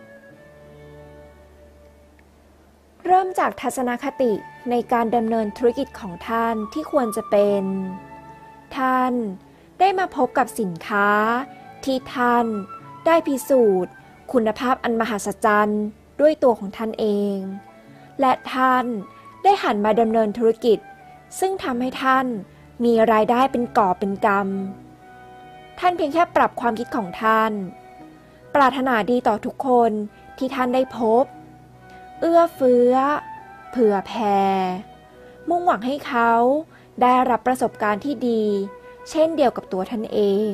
เริ่มจากทัศนคติในการดำเนินธุรกิจของท่านที่ควรจะเป็นท่านได้มาพบกับสินค้าที่ท่านได้พิสูจน์คุณภาพอันมหัศจรรย์ด้วยตัวของท่านเองและท่านได้หันมาดำเนินธุรกิจซึ่งทำให้ท่านมีรายได้เป็นกอบเป็นกำท่านเพียงแค่ปรับความคิดของท่านปรารถนาดีต่อทุกคนที่ท่านได้พบเอื้อเฟื้อเผื่อแผ่มุ่งหวังให้เขาได้รับประสบการณ์ที่ดีเช่นเดียวกับตัวท่านเอง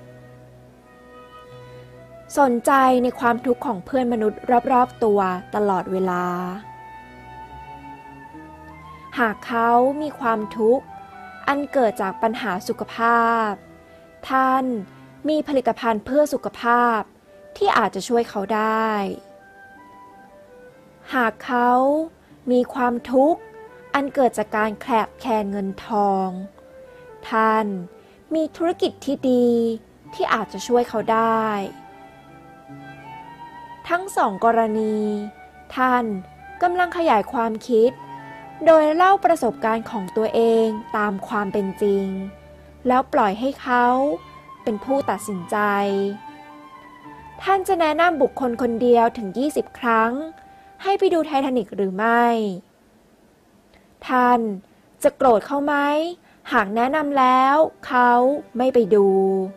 สนใจในความทุกข์ของเพื่อนมนุษย์รอบๆตัวตลอดเวลาหากเขามีความทุกข์อันเกิดจากปัญหาสุขภาพท่านมีผลิตภัณฑ์เพื่อสุขภาพที่อาจจะช่วยเขาได้หากเขามีความทุกข์อันเกิดจากการแคลนเงินทองท่านมีธุรกิจที่ดีที่อาจจะช่วยเขาได้ ทั้งสองกรณี ท่านกำลังขยายความคิดโดยเล่าประสบการณ์ของตัวเองตามความเป็นจริงแล้วปล่อยให้เขาเป็นผู้ตัดสินใจท่านจะแนะนำบุคคลคนเดียวถึงยี่สิบครั้งให้ไปดูไททานิคหรือไม่ท่านจะโกรธเขาไหมหากแนะนำแล้วเขาไม่ไปดู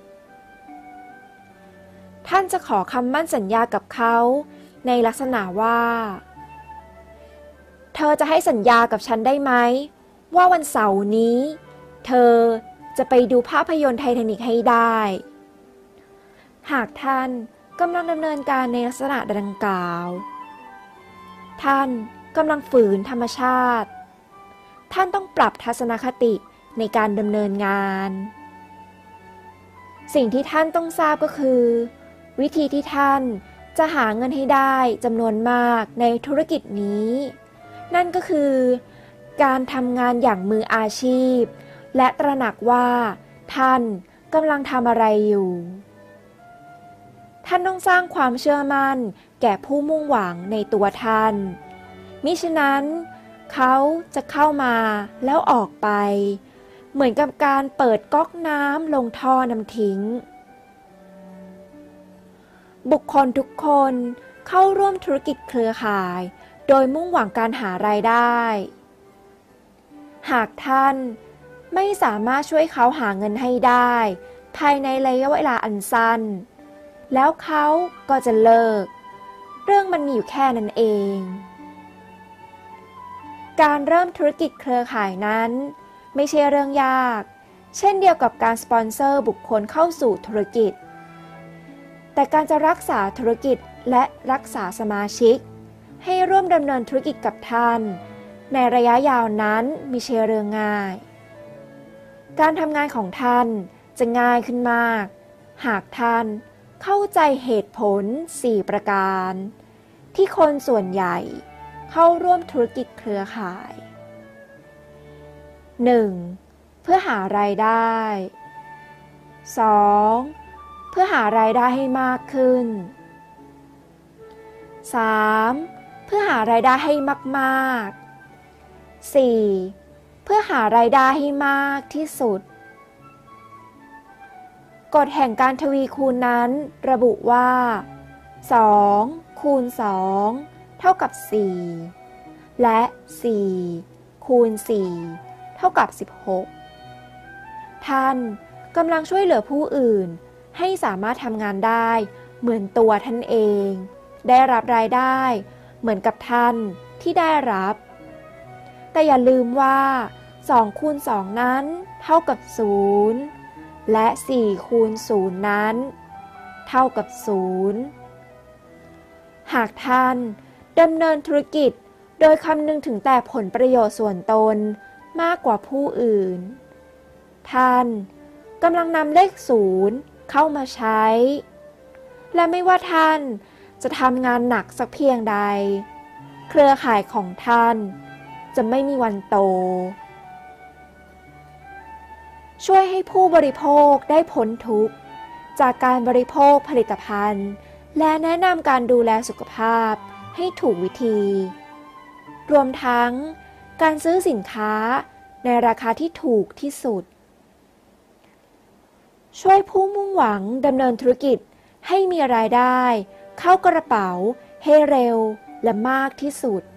ท่านจะขอคำมั่นสัญญากับเขาในลักษณะว่าเธอจะให้สัญญากับฉันได้ไหมว่าวันเสาร์นี้เธอจะไปดูภาพยนตร์ไททานิคให้ได้หากท่านกำลังดำเนินการในลักษณะดังกล่าวท่านกำลังฝืนธรรมชาติท่านต้องปรับทัศนคติในการดำเนินงานสิ่งที่ท่านต้องทราบก็คือวิธีที่ท่านจะหาเงินให้ได้จำนวนมากในธุรกิจนี้นั่นก็คือการทำงานอย่างมืออาชีพและตระหนักว่าท่านกำลังทำอะไรอยู่ท่านต้องสร้างความเชื่อมั่นแก่ผู้มุ่งหวังในตัวท่านมิฉะนั้นเขาจะเข้ามาแล้วออกไปเหมือนกับการเปิดก๊อกน้ำลงท่อน้ำทิ้งบุคคลทุกคนเข้าร่วมธุรกิจเครือข่ายโดยมุ่งหวังการหารายได้หากท่านไม่สามารถช่วยเขาหาเงินให้ได้ภายในระยะเวลาอันสั้นแล้วเขาก็จะเลิกเรื่องมันมีอยู่แค่นั้นเองการเริ่มธุรกิจเครือข่ายนั้นไม่ใช่เรื่องยากเช่นเดียวกับการสปอนเซอร์บุคคลเข้าสู่ธุรกิจแต่การจะรักษาธุรกิจและรักษาสมาชิกให้ร่วมดำเนินธุรกิจกับท่านในระยะยาวนั้นไม่ใช่เรื่องง่ายการทำงานของท่านจะง่ายขึ้นมากหากท่านเข้าใจเหตุผลสี่ประการที่คนส่วนใหญ่เข้าร่วมธุรกิจเครือข่าย หนึ่ง. เพื่อหารายได้ สอง. เพื่อหารายได้ให้มากขึ้น สาม. เพื่อหารายได้ให้มากๆ สี่. เพื่อหารายได้ให้มากที่สุดกฎแห่งการทวีคูณนั้นระบุว่าสองคูณสองเท่ากับสี่และสี่คูณสี่เท่ากับสิบหกท่านกำลังช่วยเหลือผู้อื่นให้สามารถทำงานได้เหมือนตัวท่านเองได้รับรายได้เหมือนกับท่านที่ได้รับแต่อย่าลืมว่าสองคูณสองนั้นเท่ากับศูนย์และสี่คูณศูนย์นั้นเท่ากับศูนย์หากท่านดำเนินธุรกิจโดยคำนึงถึงแต่ผลประโยชน์ส่วนตนมากกว่าผู้อื่นท่านกำลังนำเลขศูนย์เข้ามาใช้และไม่ว่าท่านจะทำงานหนักสักเพียงใดเครือข่ายของท่านจะไม่มีวันโตช่วยให้ผู้บริโภคได้พ้นทุกข์จากการบริโภคผลิตภัณฑ์และแนะนำการดูแลสุขภาพให้ถูกวิธีรวมทั้งการซื้อสินค้าในราคาที่ถูกที่สุดช่วยผู้มุ่งหวังดำเนินธุรกิจให้มีรายได้เข้ากระเป๋าให้เร็วและมากที่สุด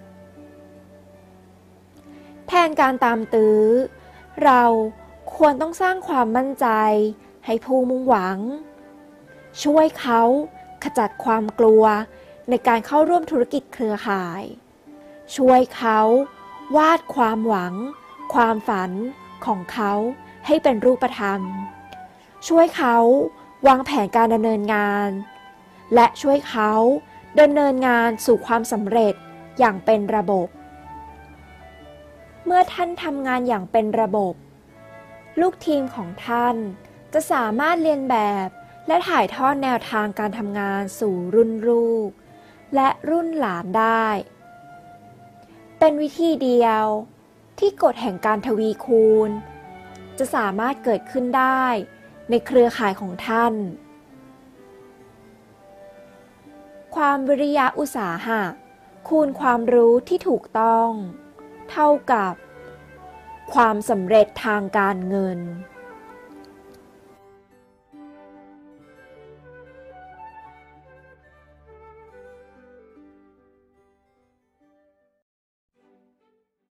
แทนการตามตื้อเราควรต้องสร้างความมั่นใจให้ผู้มุ่งหวังช่วยเขาขจัดความกลัวในการเข้าร่วมธุรกิจเครือข่ายช่วยเขาวาดความหวังความฝันของเขาให้เป็นรูปธรรมช่วยเขาวางแผนการดำเนินงานและช่วยเขาดำเนินงานสู่ความสำเร็จอย่างเป็นระบบเมื่อท่านทำงานอย่างเป็นระบบลูกทีมของท่านจะสามารถเรียนแบบและถ่ายทอดแนวทางการทำงานสู่รุ่นลูกและรุ่นหลานได้เป็นวิธีเดียวที่กฎแห่งการทวีคูณจะสามารถเกิดขึ้นได้ในเครือข่ายของท่านความวิริยะอุตสาหะคูณความรู้ที่ถูกต้องเท่ากับความสำเร็จทางการเงิน